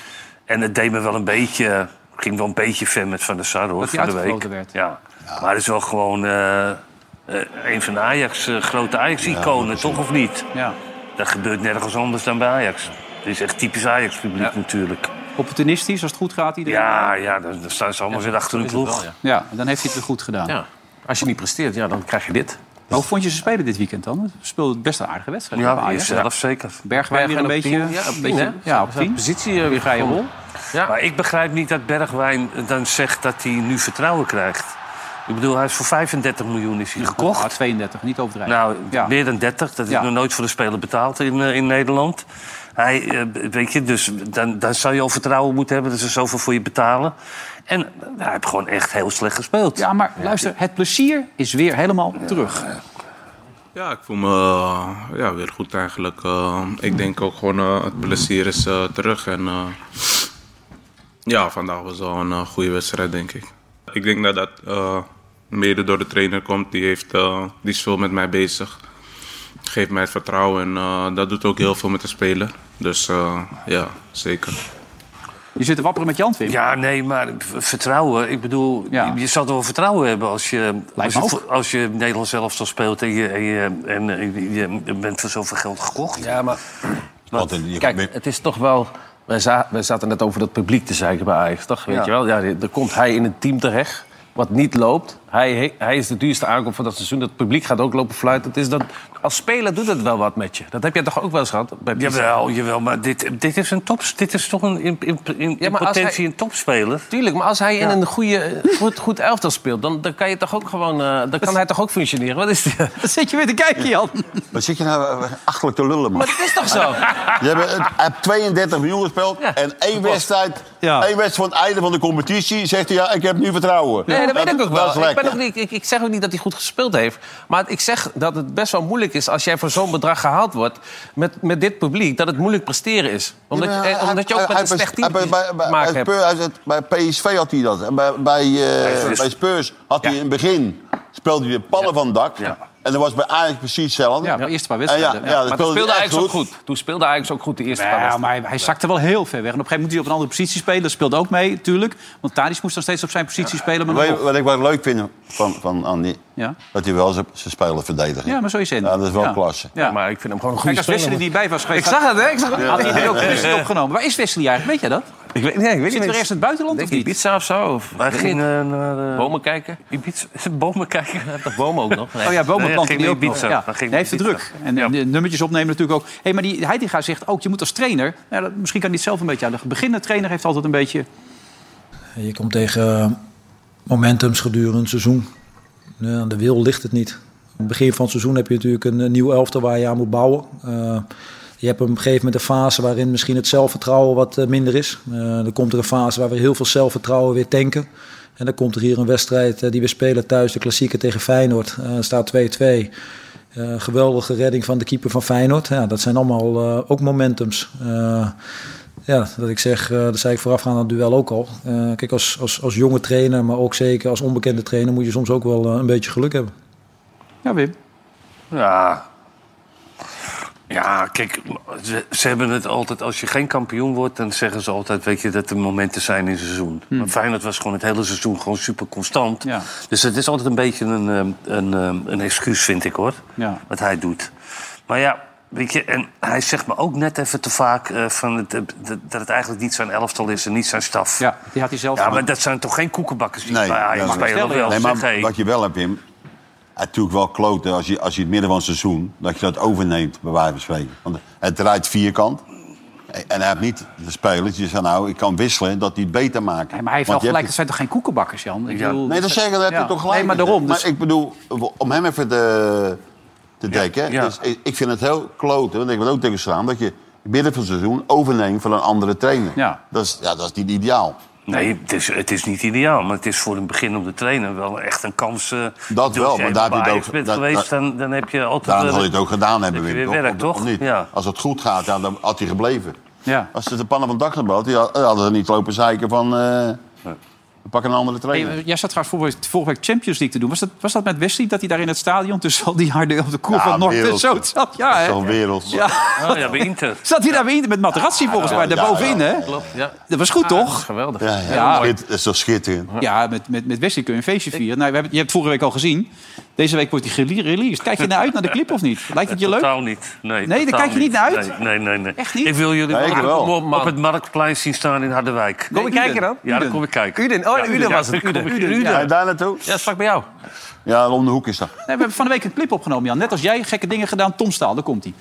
En het deed me wel een beetje... Ik ging wel een beetje fan met Van der Sar, hoor, Dat hij van de week. uitgefloten werd. Ja. Maar het is wel gewoon eh, eh, een van de Ajax, eh, grote Ajax-iconen, toch of niet? Ja. Dat gebeurt nergens anders dan bij Ajax. Het is echt typisch Ajax-publiek natuurlijk. Opportunistisch, als het goed gaat iedereen. Ja, ja, dan, dan staan ze allemaal weer achter hun Is het ploeg. wel, ja. Ja, dan heeft hij het weer goed gedaan. Ja. Als je niet presteert, ja, dan krijg je dit. Maar hoe vond je ze spelen dit weekend dan? Ze speelden best een aardige wedstrijd. Ja, bij je Ajax. zelf zeker. Bergwijn weer een op beetje... tien. Ja, op een tien, beetje, hè? ja, op Zijn tien. positie uh, weer Vrije gevonden. rol. Ja. Maar ik begrijp niet dat Bergwijn dan zegt dat hij nu vertrouwen krijgt. Ik bedoel, hij is voor vijfendertig miljoen is hij gekocht. Ah, tweeëndertig, niet overdrijven. Nou, Ja. meer dan dertig. Dat is Ja. nog nooit voor de speler betaald in, uh, in Nederland. Hij, uh, weet je, dus dan, dan zou je al vertrouwen moeten hebben dat ze zoveel voor je betalen. En uh, hij heeft gewoon echt heel slecht gespeeld. Ja, maar luister, het plezier is weer helemaal terug. Ja, ik voel me uh, ja, weer goed eigenlijk. Uh, ik denk ook gewoon uh, het plezier is uh, terug. En uh, ja, vandaag was wel een uh, goede wedstrijd, denk ik. Ik denk dat dat uh, mede door de trainer komt. Die, heeft, uh, die is veel met mij bezig. Geeft mij het vertrouwen en uh, dat doet ook heel veel met de speler. Dus uh, ja, zeker. Je zit te wapperen met Jan, Wim. Ja, nee, maar v- vertrouwen. Ik bedoel, Ja. je, je zal toch wel vertrouwen hebben als je, als me je, ook. als je Nederlands elftal speelt en je, en je, en je, je bent voor zoveel geld gekocht. Ja, maar Want in- je- kijk, het is toch wel... Wij, za wij zaten net over dat publiek te zeiken bij Ajax, toch? Weet Ja. je wel? Ja, er komt hij in een team terecht wat niet loopt. Hij, he- hij is de duurste aankoop van dat seizoen. Dat publiek gaat ook lopen fluiten. Het is dat, als speler doet het wel wat met je. Dat heb jij toch ook wel eens gehad? Bij Pisa? Jawel, jawel, maar dit, dit is een top, dit is toch een in, in, in, Ja, maar als potentie hij- een topspeler. Tuurlijk, maar als hij in Ja. een goede, goed, goed elftal speelt... dan, dan, kan, je toch ook gewoon, uh, dan kan hij toch ook functioneren? Wat is die? Dan zit je weer te kijken, Jan. Wat zit je nou uh, achterlijk te lullen, man? Maar het is toch zo? Je hebt, hij heeft tweeëndertig miljoen gespeeld Ja. en één wedstrijd, Ja. één wedstrijd van het einde van de competitie zegt hij, ja, ik heb nu vertrouwen. Nee, dat weet ik ook Dat wel. is Ik, lekker. ben ook niet, ik, ik zeg ook niet dat hij goed gespeeld heeft. Maar ik zeg dat het best wel moeilijk is als jij voor zo'n bedrag gehaald wordt... met, met dit publiek, dat het moeilijk presteren is. Omdat, Ja, je, maar eh, hij- omdat je ook hij- met een hij- slecht team hij- bij- bij- te maken bij hebt. Spurs- hij zat- Bij P S V had hij dat. En bij, bij, eh, dus- bij Spurs had hij in het begin... speelde hij de pannen van het dak. En dat was bij Ajax precies hetzelfde. Ja, de eerste paar En wedstrijden. ja, ja, dat Maar toen speelde speelde hij Ajax echt ook goed. Toen speelde Ajax ook goed de eerste paar Ja, wedstrijden. maar hij zakte wel heel ver weg. En op een gegeven moment moet hij op een andere positie spelen. Dat speelde ook mee, natuurlijk. Want Tadic moest dan steeds op zijn positie spelen. Maar Weet nog je wat ik wel leuk vind van, van Andy? Ja. Dat hij wel zijn zijn speler verdedigt. Ja, maar zo is het. Ja, dat is wel Ja. klasse. Ja. Maar ik vind hem gewoon een goede Kijk, als speler. Wesley er niet bij was geweest... Ik zag het, hè? Ik zag het. had hij er ook Wesley opgenomen. Waar is Wesley eigenlijk? Weet jij dat? Ik weet, nee, ik weet Zit niet. er ergens in het buitenland Denk of niet? Ibiza of zo? Of, Wij weet niet. gingen naar uh, Bomen kijken. Ibiza, bomen kijken. Hij heeft toch bomen ook nog? Nee. Oh ja, bomen Nee, planten ging die ook naar nog. Ibiza. Ja. Dan ging Hij heeft het Ibiza. druk. En Ja. de nummertjes opnemen natuurlijk ook. Hey, maar die Heitinga zegt ook, je moet als trainer... Ja, dat- misschien kan hij het zelf een beetje uitleggen. Beginnende trainer heeft altijd een beetje... Je komt tegen momentums gedurende het seizoen. Ja, aan de wil ligt het niet. Aan het begin van het seizoen heb je natuurlijk een, een nieuw elftal waar je aan moet bouwen. Uh, je hebt op een gegeven moment een fase waarin misschien het zelfvertrouwen wat uh, minder is. Uh, dan komt er een fase waar we heel veel zelfvertrouwen weer tanken. En dan komt er hier een wedstrijd uh, die we spelen thuis, de klassieker tegen Feyenoord. Uh, staat twee-twee. Uh, geweldige redding van de keeper van Feyenoord. Ja, dat zijn allemaal uh, ook momentums. Uh, ja, dat ik zeg, uh, dat zei ik voorafgaand aan het duel ook al. Uh, kijk, als, als, als jonge trainer, maar ook zeker als onbekende trainer, moet je soms ook wel uh, een beetje geluk hebben. Ja, Wim. Ja. Ja, kijk, ze, ze hebben het altijd... Als je geen kampioen wordt, dan zeggen ze altijd... weet je, dat er momenten zijn in het seizoen. Hmm. Maar Feyenoord was gewoon het hele seizoen gewoon super constant. Ja. Dus het is altijd een beetje een, een, een, een excuus, vind ik, hoor. Ja. Wat hij doet. Maar ja, weet je... En hij zegt me ook net even te vaak... Uh, van het, uh, dat het eigenlijk niet zijn elftal is en niet zijn staf. Ja, die had hij zelf. Ja, maar dat zijn toch geen koekenbakkers die nee, bij Ajax spelen? Wel. Nee, maar zeg, wat je wel hebt, Wim... Natuurlijk wel kloten als je, als je het midden van het seizoen... dat je dat overneemt, bij wijze van spreken. Want het draait vierkant. En hij heeft niet de spelers die zeggen... nou, ik kan wisselen, dat die het beter maken. Nee, maar hij heeft wel gelijk, het zijn toch geen koekenbakkers, Jan? Ik ja. bedoel, nee, dat zeggen, dat heb je toch gelijk. Nee, maar daarom. Dus... Maar ik bedoel, om hem even te, te dekken... Ja. Dus ik, ik vind het heel kloten, want ik wil ook tegen staan... dat je het midden van het seizoen overneemt van een andere trainer. Ja. Dat is, ja, dat is niet ideaal. Nee, het is, het is niet ideaal, maar het is voor een beginnende trainer wel echt een kans. Uh, dat wel, maar daar heb je het ook bent dat, geweest, dat, dan, dan heb je altijd. Dan had hij het ook gedaan hebben, Wim. Weer werk, toch? Of niet? Ja. Als het goed gaat, ja, dan had hij gebleven. Ja. Als ze de pannen van het dak gebeld, die hadden ze niet lopen zeiken van. Uh, we pakken een andere trainer. Hey, jij zat trouwens vorige week, vorige week Champions League te doen. Was dat, was dat met Wesley, dat hij daar in het stadion tussen al die harde op de koer ja, van Noord en zo zat? Ja, hè? Dat is toch wereld. Ja. Oh, ja, bij Inter. Zat hij daar bij Inter met Materazzi volgens mij, ja, daarbovenin, ja, ja. hè? Klopt, ja. Dat was goed, toch? Dat is geweldig. Ja, ja. ja. Dat is toch schitterend. Ja, met, met, met Wesley kun je een feestje vieren. Nou, we hebben, je hebt vorige week al gezien. Deze week wordt hij gereleased. Kijk je naar uit naar de clip of niet? Lijkt het je leuk? Totaal niet. Nee, nee daar kijk je niet naar uit? Nee, nee, nee. Echt niet? Ik wil jullie nee, wel op, op het Marktplein zien staan in Harderwijk. Kom ik kijken dan? Ja, dan kom ik kijken. Uden, oh, Uden was het. Uden, Uden, Uden. Ja, daar naartoe? Ja, straks bij jou. Ja, om de hoek is dat. Nee, we hebben van de week een clip opgenomen, Jan. Net als jij, gekke dingen gedaan. Tom Staal, daar komt hij.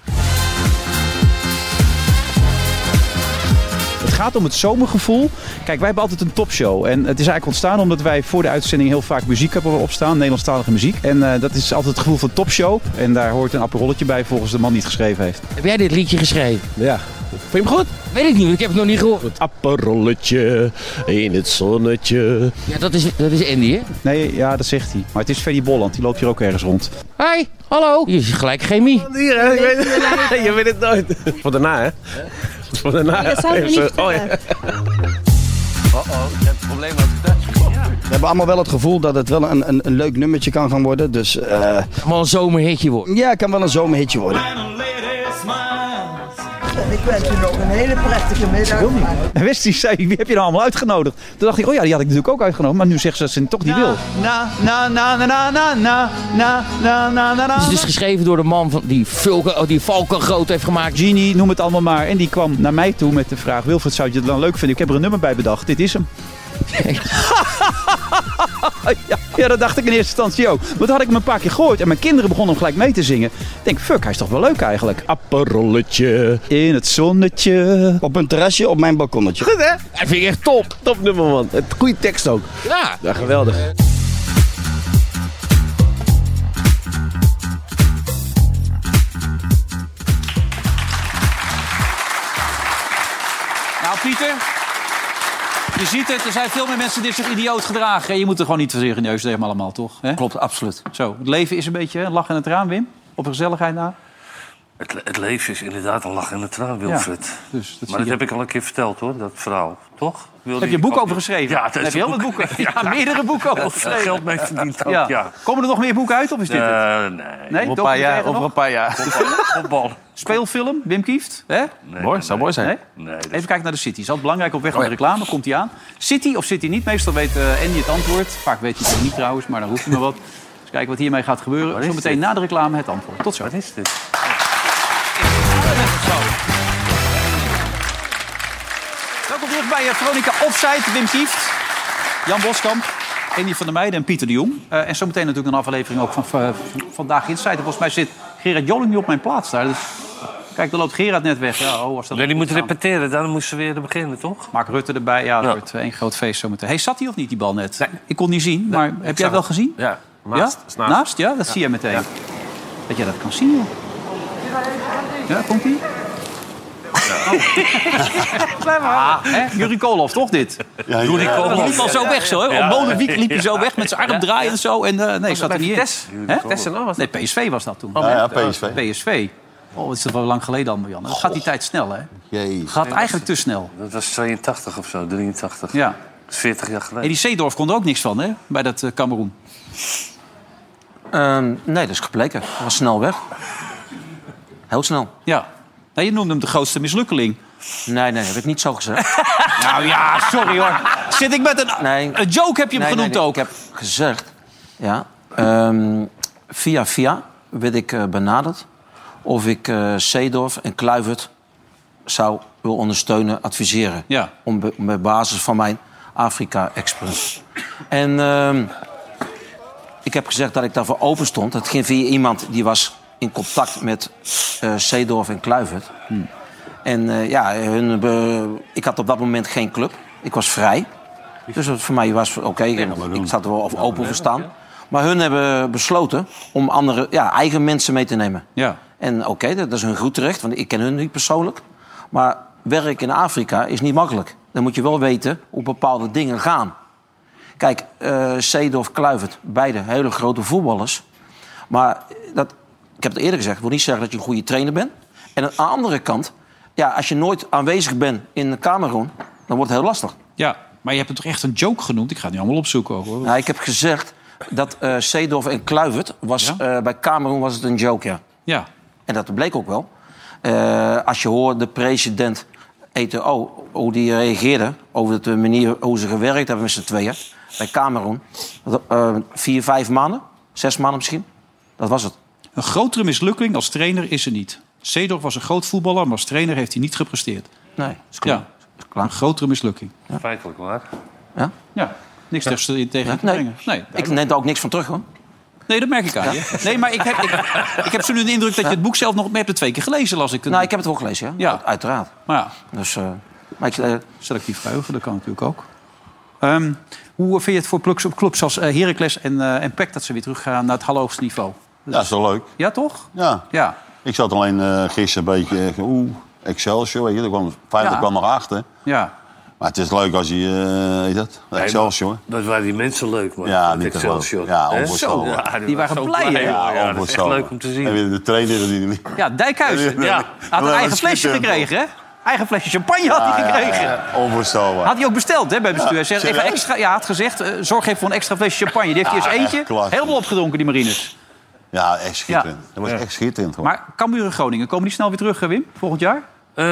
Het gaat om het zomergevoel. Kijk, wij hebben altijd een topshow. En het is eigenlijk ontstaan omdat wij voor de uitzending heel vaak muziek hebben opstaan. Nederlandstalige muziek. En uh, dat is altijd het gevoel van topshow. En daar hoort een aperolletje bij volgens de man die het geschreven heeft. Heb jij dit liedje geschreven? Ja. Vond je hem goed? Weet ik niet, ik heb het nog niet gehoord. Het aperolletje in het zonnetje. Ja, dat is, dat is Andy, hè? Nee, ja, dat zegt hij. Maar het is Ferdy Bolland, die loopt hier ook ergens rond. Hi, hallo. Je is gelijk chemie. Hier, hè? Ik weet het. Je weet het nooit. Voor daarna, hè? Voor daarna. Dat zou je niet oh, ja. Oh-oh, je hebt het probleem als het thuis komt. We hebben allemaal wel het gevoel dat het wel een, een, een leuk nummertje kan gaan worden. Dus, uh... kan wel een zomerhitje worden. Ja, het kan wel een zomerhitje worden. Ik wens je nog een hele prettige middag. En Westie zei, wie heb je nou allemaal uitgenodigd? Toen dacht ik, oh ja, die had ik natuurlijk ook uitgenodigd. Maar nu zegt ze dat ze het toch niet wil. Na, na, na, na, na, na, na, na, na, na, na. Het is dus geschreven door de man van die, Vulken, die Valken groot heeft gemaakt. Genie, noem het allemaal maar. En die kwam naar mij toe met de vraag, Wilfred, zou je het dan leuk vinden? Ik heb er een nummer bij bedacht. Dit is hem. ja, ja, dat dacht ik in eerste instantie ook. Maar toen had ik hem een paar keer gehoord en mijn kinderen begonnen hem gelijk mee te zingen. Ik denk, fuck, hij is toch wel leuk eigenlijk. Aperolletje in het zonnetje. Op een terrasje op mijn balkonnetje. Goed, hè? Dat vind ik echt top. Top nummer, man. Goeie tekst ook. Ja. Ja, geweldig. Nou, Pieter... Je ziet het, er zijn veel meer mensen die zich idioot gedragen. Je moet er gewoon niet van in neus nemen allemaal, toch? He? Klopt, absoluut. Zo, het leven is een beetje hè, lach en het traan, Wim. Op een gezelligheid na. Het, het leven is inderdaad een lach en een traan, Wilfred. Ja, dus dat maar dat je... heb ik al een keer verteld, hoor, dat verhaal. Toch? Wilde heb je een boek over geschreven? Ja, dat heb je heel wat boeken. Ja, ja, meerdere boeken over geschreven. Geld mee verdiend ook, ja. ja. Komen er nog meer boeken uit, of is dit uh, het? Nee. nee. Over een paar jaar. Over een paar jaar. Voetbal. Speelfilm, Wim Kieft. Hè? Nee, mooi, nee, zou mooi zijn. Nee? Nee, Even kijken naar de City. Is altijd belangrijk op weg naar de reclame. Komt hij aan. City of City niet? Meestal weet uh, Andy het antwoord. Vaak weet hij het niet trouwens, maar dan roept hij maar wat. Dus kijken wat hiermee gaat gebeuren. Zo meteen na de reclame het antwoord. Tot zo. Wat is dit? Welkom terug bij Veronica Offside. Wim Kieft, Jan Boskamp, Andy van der Meijden en Pieter de Jong. Uh, en zometeen natuurlijk een aflevering ook van uh, Vandaag Inside. En volgens mij zit Gerard Joling nu op mijn plaats daar. Dus Kijk, dan loopt Gerard net weg. Ja, oh, was dat nee, die moet repeteren, dan moesten ze weer beginnen, toch? Mark Rutte erbij, ja, dat Ja. wordt één groot feest zometeen. Hey, zat hij of niet, die bal net? Ik kon niet zien, maar heb jij het wel gezien? Ja, naast. Ja? Is naast. Naast? Ja, dat zie je meteen. Ja. Dat jij dat kan zien, joh. Ja, komt ie? Ja. Oh. Ah, hè? Juri Koolhof, toch dit? Ja, ja. Juri Koolhof. Die liep al zo weg, zo. Hè? Ja. Op Molenwijk liep hij zo weg met zijn arm Ja. draaien en zo. En, uh, nee, zat er niet in. Vitesse? Hè? Vitesse nog, was Nee, P S V was dat toen. Ja, ja, P S V. P S V. Oh, wat is dat wel lang geleden al, Marianne. Het gaat die tijd snel, hè? Jee. Gaat eigenlijk te snel. Dat was tweeëntachtig of zo, drieëntachtig. Ja. Dat is veertig jaar geleden. En die Seedorf kon er ook niks van, hè? Bij dat uh, Kameroen. Uh, nee, dat is gebleken. Hij was snel weg. Heel snel. Ja. Nou, je noemde hem de grootste mislukkeling. Nee, nee, dat heb ik niet zo gezegd. Nou ja, sorry hoor. Zit ik met een, Nee. een joke, heb je hem Nee, genoemd nee, nee, ook? Ik heb gezegd, ja, um, via via werd ik uh, benaderd of ik uh, Seedorf en Kluivert zou willen ondersteunen, adviseren. Ja. Om, be, om bij basis van mijn Afrika-express. En um, ik heb gezegd dat ik daarvoor open stond. Dat ging via iemand die was in contact met uh, Seedorf en Kluivert. Hmm. En uh, ja, hun, uh, ik had op dat moment geen club. Ik was vrij. Dus het voor mij was oké. Okay, ik, ik zat er wel open voor staan. Maar hun hebben besloten om andere, ja, eigen mensen mee te nemen. Ja. En oké, okay, dat is hun goed terecht, want ik ken hun niet persoonlijk. Maar werk in Afrika is niet makkelijk. Dan moet je wel weten hoe bepaalde dingen gaan. Kijk, uh, Seedorf, Kluivert, beide hele grote voetballers. Maar dat, ik heb het eerder gezegd, ik wil niet zeggen dat je een goede trainer bent. En aan de andere kant, ja, als je nooit aanwezig bent in Kameroen, dan wordt het heel lastig. Ja, maar je hebt het toch echt een joke genoemd? Ik ga het nu allemaal opzoeken ook, hoor. Nou, ik heb gezegd dat uh, Seedorf en Kluivert was, ja? uh, bij Kameroen was het een joke, ja. Ja. En dat bleek ook wel. Uh, als je hoort de president E T O, hoe die reageerde over de manier hoe ze gewerkt hebben met z'n tweeën bij Kameroen. Uh, vier, vijf maanden, zes maanden misschien. Dat was het. Een grotere mislukking als trainer is er niet. Seedorf was een groot voetballer, maar als trainer heeft hij niet gepresteerd. Nee, is klaar. Ja, is klaar. Een grotere mislukking. Ja. Feitelijk waar. Ja? Ja, niks ja. tegen, tegen ja? te brengen. Nee, nee ik neem er ook niks van terug, hoor. Nee, dat merk ik aan je. Nee, maar ik heb, ik, ik heb zo nu de indruk dat je het boek zelf nog... Maar je hebt het twee keer gelezen, las ik. Nou, ik heb het wel gelezen, ja. ja. Uiteraard. Maar ja. Dus, uh, maar ik, uh, selectief geheugen, dat kan natuurlijk ook. Um, hoe vind je het voor clubs, clubs zoals uh, Heracles en, uh, en P E C... dat ze weer teruggaan naar het allerhoogste niveau? Ja, dat is wel leuk. Ja, toch? Ja. ja. Ik zat alleen uh, gisteren een beetje... Uh, Oeh, Excelsior, weet je. Er kwam, Feyenoord ja. kwam nog achter. Ja. Maar het is leuk als je... Uh, weet dat? Nee, Excelsior. Dat waren die mensen leuk, man. Ja, niet Excelsior. Ja, onvoorstelbaar. Ja, die, die waren blij, hè? Ja, ja, dat is echt leuk om te zien. En de trainer die niet. Ja, Dijkhuizen. Ja. Had een eigen flesje gekregen, hè? Eigen flesje champagne had hij ja, gekregen. Ja, ja. Onvoorstelbaar. Had hij ook besteld, hè, bij het bestuur. Hij zegt, even extra, ja, had gezegd, uh, zorg even voor een extra flesje champagne. Die heeft hij ja, eens eentje helemaal opgedronken, die Marines. Ja, echt schitterend. Ja. Dat was ja. echt schitterend. Gewoon. Maar Cambuur en Groningen, komen die snel weer terug, Wim, volgend jaar?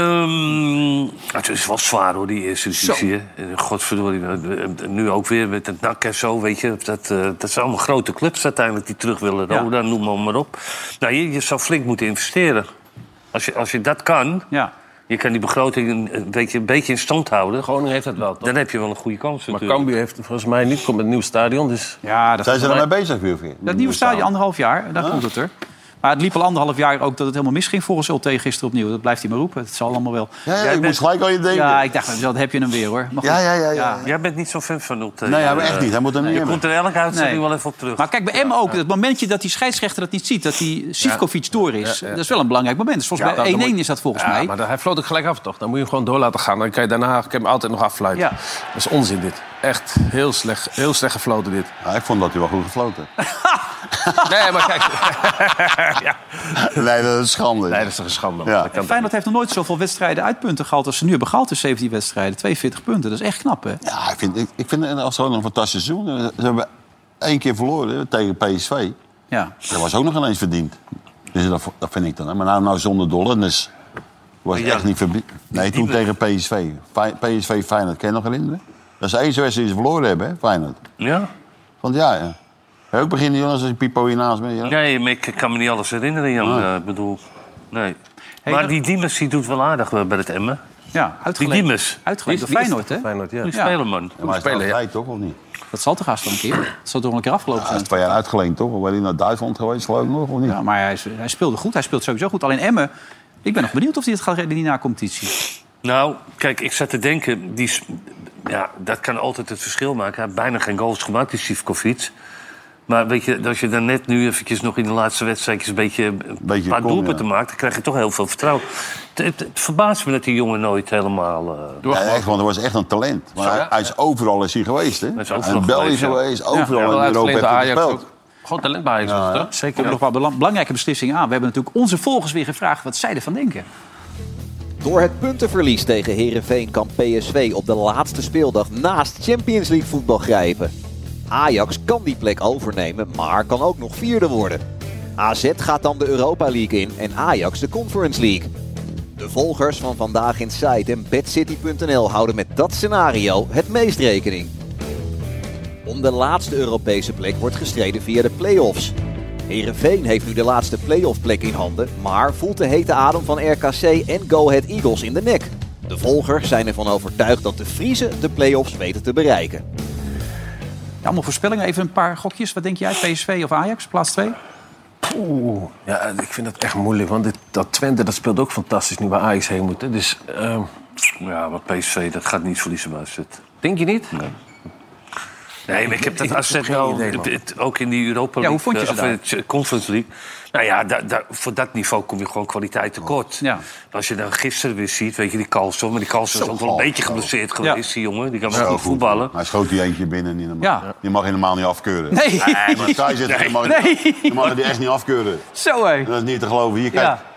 Um, het is wel zwaar, hoor, die eerste divisie. Godverdorie, nu ook weer met het N A C en zo, weet je. Dat, uh, dat zijn allemaal grote clubs uiteindelijk die terug willen. Ja. Roda, noem maar, maar op. Nou, je, je zou flink moeten investeren. Als je, als je dat kan... Ja. Je kan die begroting een beetje, een beetje in stand houden. Groningen heeft dat wel, toch? Dan heb je wel een goede kans. Maar Cambuur heeft volgens mij niet, komt met een nieuw stadion. Dus... Ja, dat zijn ze ermee bezig weer? Dat nieuwe stadion, anderhalf jaar, daar ah. komt het er. Maar het liep al anderhalf jaar ook dat het helemaal misging volgens L T gisteren opnieuw. Dat blijft hij maar roepen. Het zal allemaal wel. Ja, ja, ja ik moest gelijk aan je denken. Ja, ik dacht, dat heb je hem weer, hoor. Ja, ja, ja, ja. Jij bent niet zo fan van L T. Nee, ja, maar echt niet. Hij moet hem niet Je hebben. komt er elke uitzending nee. wel even op terug. Maar kijk, bij Emmen ook. Het momentje dat die scheidsrechter dat niet ziet, dat die Sivkovic ja. door is. Ja, ja. Dat is wel een belangrijk moment. Dus volgens mij ja, één-één is dat volgens ja, mij. Maar hij floot ook gelijk af, toch? Dan moet je hem gewoon door laten gaan. Dan kan je daarna ik heb hem altijd nog affluiten. Ja. Dat is onzin, dit. Echt heel slecht, heel slecht gefloten, dit. Ja, ik vond dat hij wel goed gefloten. Nee, maar kijk... ja. Nee, dat is schande. Nee, dat is toch een schande. Ja. Feyenoord heeft nog nooit zoveel wedstrijden uitpunten gehaald als ze nu hebben gehaald in zeventien wedstrijden. tweeënveertig punten, dat is echt knap, hè? Ja, ik vind, ik, ik vind het als gewoon een fantastisch seizoen. Ze hebben één keer verloren tegen P S V. Ja. Dat was ook nog ineens verdiend. Dus dat, dat vind ik dan. Hè. Maar nou, nou zonder dolle, dus was ja. echt niet verdiend. Nee, toen tegen P S V. P S V Feyenoord, kan je nog herinneren? Dat is de enige wedstrijd die ze verloren hebben, hè, Feyenoord. Ja. Want ja, ja. Ga je ook beginnen, Jonas, als je Pipo hiernaast bent? Ja? Nee, maar ik kan me niet alles herinneren, Jan. Ik ah. uh, bedoel, nee. Hey, maar dat... die Diemers die doet wel aardig bij het Emmen. Ja, uitgeleend. Die Diemers. Uitgeleend door Feyenoord, hè? Feyenoord, ja. Die spelen, man. Ja, maar hij spelen, ja. toch, of niet? Dat zal toch haast wel een keer? Dat zal toch wel een keer afgelopen zijn? Ja, hij is twee jaar uitgeleend, toch? Of ben hij naar Duitsland geweest, geloof ik nog, of niet? Ja, maar hij, hij speelde goed. Hij speelt sowieso goed. Alleen Emmen... Ik ben nog benieuwd of hij het gaat redden in die na-competitie. Nou, kijk, ik zat te denken... Die, ja, dat kan altijd het verschil maken. Hij heeft bijna geen goals gemaakt, die Sivkovic. Maar weet je, als je dan net nu eventjes nog in de laatste wedstrijdjes... een beetje een beetje paar doelpunten ja. maakt... dan krijg je toch heel veel vertrouwen. Het, het, het verbaast me dat die jongen nooit helemaal... Uh, ja, echt, want hij was echt een talent. Maar hij, hij is overal is hij geweest, hè? Hij is overal in België geweest, overal ja. in Europa heeft hij gespeeld. Gewoon talent bij Ajax, ja, toch? Zeker. Ook nog wel belang, belangrijke beslissingen aan. We hebben natuurlijk onze volgers weer gevraagd wat zij ervan denken. Door het puntenverlies tegen Heerenveen kan P S V op de laatste speeldag naast Champions League voetbal grijpen. Ajax kan die plek overnemen, maar kan ook nog vierde worden. A Z gaat dan de Europa League in en Ajax de Conference League. De volgers van Vandaag Inside en bedcity punt n l houden met dat scenario het meest rekening. Om de laatste Europese plek wordt gestreden via de play-offs. Heerenveen heeft nu de laatste play-off plek in handen, maar voelt de hete adem van R K C en Go Ahead Eagles in de nek. De volgers zijn ervan overtuigd dat de Friezen de play-offs weten te bereiken. Ja, allemaal voorspellingen, even een paar gokjes. Wat denk jij, P S V of Ajax, plaats twee? Oeh, ja, ik vind dat echt moeilijk, want dit, dat Twente dat speelt ook fantastisch nu bij Ajax heen moeten. Dus, uh... ja, maar P S V dat gaat niet verliezen bij A Z. Denk je niet? Nee. Nee, maar ik heb dat A Z nou, ook in die Europa League, ja, hoe vond je ze of de Conference League. Nou ja, da, da, voor dat niveau kom je gewoon kwaliteit tekort. Ja. Als je dan gisteren weer ziet, weet je, die Carlson, maar die Carlson is ook wel een beetje geblesseerd geweest, ja. die jongen. Die kan wel goed voetballen. Hij schoot die eentje binnen. Die, ja. die mag je helemaal niet afkeuren. Nee. nee maar zij zit, nee. mag, nee. Je mag die echt niet afkeuren. Zo hé. Dat is niet te geloven. Hier, kijk. Ja.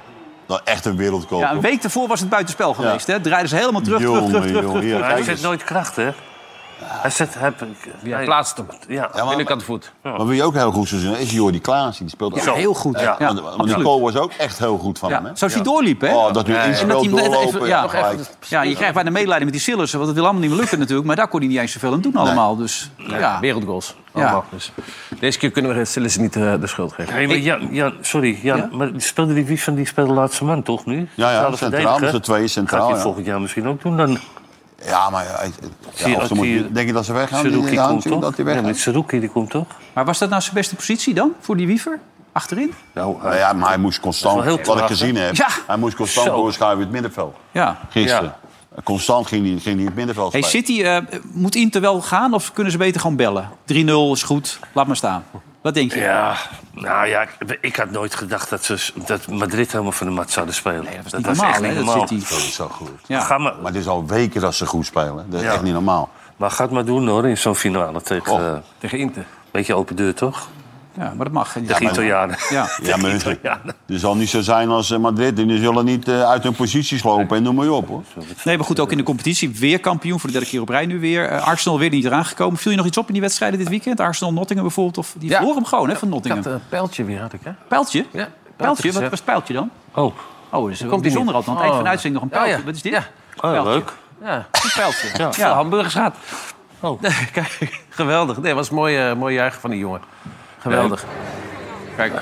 Dat echt een wereldkoop. Ja, een week ervoor was het buitenspel geweest. Ja. Hè? Draaiden ze helemaal terug, jongen, terug, terug, jongen, terug. terug. Hij zet nooit kracht, hè? Hij zet... Hij, ja, hij plaatst hem. Ja, ja binnenkant voet. Ja. Maar wie ook heel goed is, is Jordi Klaas. Die speelt ja, heel goed. Ja. Ja. Want die goal was ook echt heel goed van ja. hem. Hè? Zoals hij doorliep, hè? Oh, dat hij inspeelt, doorlopen. Ja, ja, ja, je krijgt bijna medelijden met die Sillers. Want het wil allemaal niet meer lukken natuurlijk. Maar daar kon hij niet eens zoveel aan doen allemaal. Nee. Dus, nee, ja. Wereldgoals. Ja. Dus. Deze keer kunnen we Sillers niet uh, de schuld geven. Nee, maar Jan, Jan, sorry, Jan, ja? maar speelde die wie van die speelde laatste man toch nu? Ja, ja, centraal. Dus de twee centraal. Gaat hij volgend jaar misschien ook doen dan? Ja, maar ja, ja, of moet, die, denk je dat ze weggaan? Seruki komt toch? Dat die weggaan? Ja, met Seruki die komt toch? Maar was dat nou zijn beste positie dan, voor die Wiever? Achterin? Nou, uh, ja, maar hij moest constant, wat traag, ik gezien heb, ja. hij moest constant doorschuiven in het middenveld. Ja. Gisteren. Ja. Constant ging hij, ging hij in het middenveld hey, spelen. City, uh, moet Inter wel gaan of kunnen ze beter gewoon bellen? drie nul is goed, laat maar staan. Wat denk je? Ja, nou ja, ik had nooit gedacht dat, ze, dat Madrid helemaal van de mat zouden spelen. Nee, dat was dat niet was normaal, echt niet hè, normaal. Dat, City. dat is zo goed. Ja. Ga maar, maar het is al weken dat ze goed spelen. Dat is ja. echt niet normaal. Maar ga het maar doen hoor, in zo'n finale tegen, oh, uh, tegen Inter. Beetje open deur, toch? Ja, maar dat mag. De ja, Italianen. Ja, ja maar het, het zal niet zo zijn als Madrid. Die zullen niet uh, uit hun posities lopen nee. en noem maar op. Hoor. Nee, maar goed, ook in de competitie weer kampioen. Voor de derde keer op rij nu weer. Uh, Arsenal weer niet eraan gekomen. Viel je nog iets op in die wedstrijden dit weekend? Arsenal-Nottingham bijvoorbeeld? Of die ja. verloren hem gewoon, hè, van Nottingham. Ik had een uh, pijltje weer, had ik, hè? Pijltje? Ja. Pijltje? Wat was het pijltje dan? Oh. Oh, dat is komt bijzonder altijd. Aan het eind van de uitzending nog een pijltje. Oh, ja. Wat is dit? Ja. Oh, leuk. Ja, een pijltje. Ja, ja. ja. hamburgers gaat. Oh. Nee, kijk, geweldig. Nee, het was een mooie, uh, mooie juich van die jongen. Geweldig. Nee. Kijk.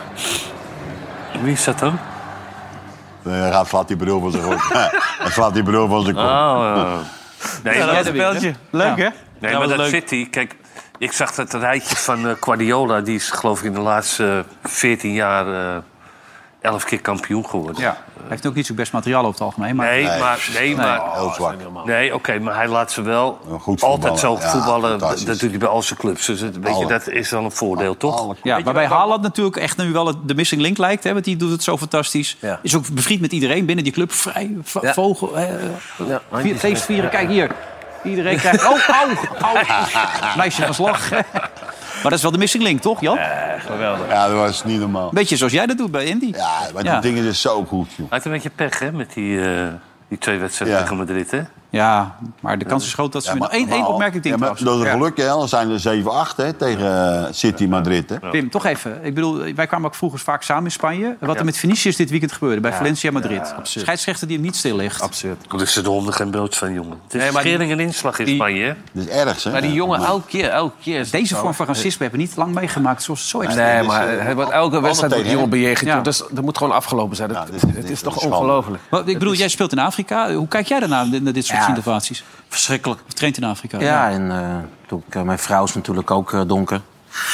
Wie is dat dan? Hij gaat slaat die bril van zijn kop. Hij slaat die bril van zijn kop. Oh, ja. Nee, ja, dat speltje. Leuk, ja. hè? Nee, maar dat leuk. City... Kijk, ik zag dat rijtje van uh, Guardiola. Die is geloof ik in de laatste veertien jaar... Uh, elf keer kampioen geworden. Ja. Hij heeft ook niet zo best materiaal over het algemeen. Maar... Nee, nee, maar... Nee, maar oh, heel zwak. Nee, oké, okay, maar hij laat ze wel goed altijd zo ja, voetballen. Dat doet hij bij al zijn clubs. Dus het, weet je, dat is dan een voordeel, toch? Alle. Ja, waarbij Haaland natuurlijk echt nu wel de missing link lijkt. Hè, want die doet het zo fantastisch. Ja. Is ook bevriend met iedereen binnen die club. Vrij, v- ja. vogel. Eh, ja. Vier, feestvieren, kijk hier. Iedereen krijgt... Oh, au, au. Meisje van slag. Maar dat is wel de missing link, toch, Jan? Ja, geweldig. Ja, dat was niet normaal. Beetje zoals jij dat doet bij Indy. Ja, maar die ja. dingen is zo goed, joh. Hij heeft een beetje pech, hè, met die, uh, die twee wedstrijden ja. tegen Madrid, hè? Ja, maar de kans is groot dat ze... Ja, één, één opmerking ding ja, dat is een geluk, hè. Dan zijn er zeven acht hè, tegen uh, City Madrid, hè. Ja. Pim, toch even. Ik bedoel, wij kwamen ook vroeger vaak samen in Spanje. Wat er met Vinicius dit weekend gebeurde bij ja. Valencia Madrid. Ja, scheidsrechter die hem niet stil ligt. Absurd. Er is de honden geen brood van, jongen. Het is nee, schering en inslag in die, Spanje, hè. Dat is erg, hè. Maar die jongen, elke keer, elke keer... Deze vorm van racisme hebben we niet lang meegemaakt. Zoals zo extreem. Nee, maar hij wordt elke wedstrijd wordt die jongen bejegend. Ja. Dus dat moet gewoon afgelopen zijn. Dat, ja, dit, dit, het is toch ongelooflijk. Ik bedoel, jij speelt in Afrika. Hoe kijk jij daarna, naar dit soort ja. situaties? Verschrikkelijk. Of traint in Afrika? Ja, ja. en uh, toen, uh, mijn vrouw is natuurlijk ook uh, donker.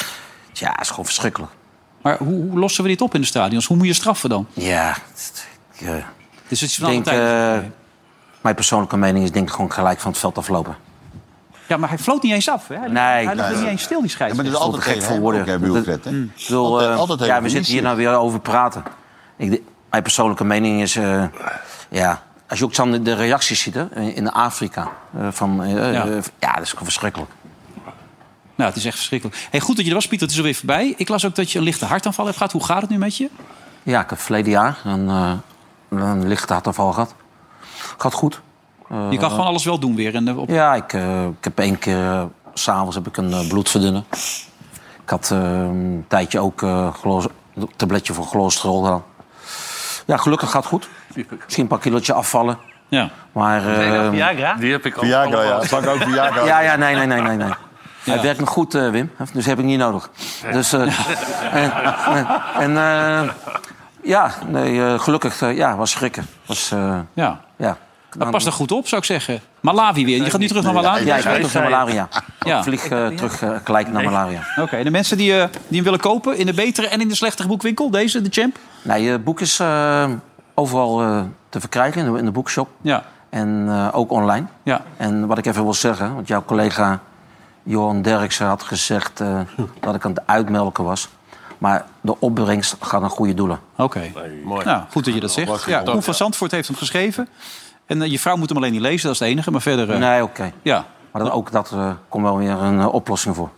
Ja, het is gewoon verschrikkelijk. Maar hoe, hoe lossen we dit op in de stadions? Hoe moet je straffen dan? Ja, Ik, uh, Dus het is denk, van uh, mijn persoonlijke mening is denk ik gewoon gelijk van het veld aflopen. Ja, maar hij floot niet eens af. Hè? Hij, nee. hij ligt nee, er niet eens stil, die scheidsrechter. Ja, maar dat is altijd gek voor woorden. Wilfred, mm. uh, altijd ja, we zitten hier nou weer over praten. Ik, mijn persoonlijke mening is... Uh, ja, als je ook dan de reacties ziet hè, in Afrika... Uh, van, uh, ja. Uh, ja, dat is gewoon verschrikkelijk. Nou, het is echt verschrikkelijk. Hey, goed dat je er was, Pieter. Het is alweer voorbij. Ik las ook dat je een lichte hartaanval hebt gehad. Hoe gaat het nu met je? Ja, ik heb verleden jaar een, uh, een lichte hartaanval gehad. Gaat goed. Uh, je kan gewoon alles wel doen weer. En, uh, op... Ja, ik, uh, ik heb één keer... Uh, s'avonds heb ik een uh, bloedverdunner. Ik had uh, een tijdje ook uh, een tabletje voor cholesterol gedaan. Ja, gelukkig gaat het goed. Misschien een paar kilootje afvallen. Ja. Maar... Uh, Viagra? Die heb ik ook. Viagra, ja. Zal ik ook Viagra? Ja, ja, nee, nee, nee, nee. nee. Ja. Hij werkt nog goed, uh, Wim. Dus heb ik niet nodig. Dus, uh, en en uh, ja, nee, uh, gelukkig uh, ja, was schrikken. Was, uh, ja. ja. Dat past er goed op, zou ik zeggen. Malawi weer. Je gaat nu terug naar Malawi? Ja, ik ga terug naar malaria. Ja. Ik vlieg uh, terug uh, gelijk naar malaria. Oké, okay, de mensen die, uh, die hem willen kopen... in de betere en in de slechtere boekwinkel, deze, de Champ? Nee, het boek is uh, overal uh, te verkrijgen in de, in de boekshop. Ja. En uh, ook online. Ja. En wat ik even wil zeggen... want jouw collega Johan Derksen had gezegd... Uh, dat ik aan het uitmelken was... Maar de opbrengst gaat naar goede doelen. Oké, okay. Nee, mooi. Nou, goed dat je dat zegt. Ja, Koen van Zandvoort heeft hem geschreven. En uh, je vrouw moet hem alleen niet lezen, dat is het enige. Maar verder... Uh... Nee, oké. Okay. Ja. Maar dan ook dat uh, komt wel weer een uh, oplossing voor.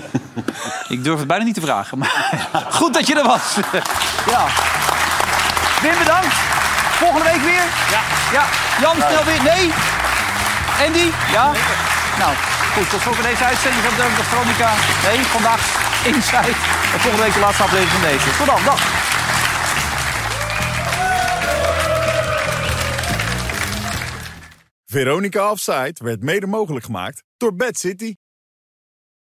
Ik durf het bijna niet te vragen. Maar goed dat je er was. Ja. Wim, bedankt. Volgende week weer. Ja. Ja. Jan, ja. snel weer. Nee. Andy? Ja. Nou, goed. Tot zover deze uitzending van de Veronica. Nee, vandaag Inside. En volgende week de laatste aflevering van deze. Tot dan. Dag. Veronica Offside werd mede mogelijk gemaakt door Bad City.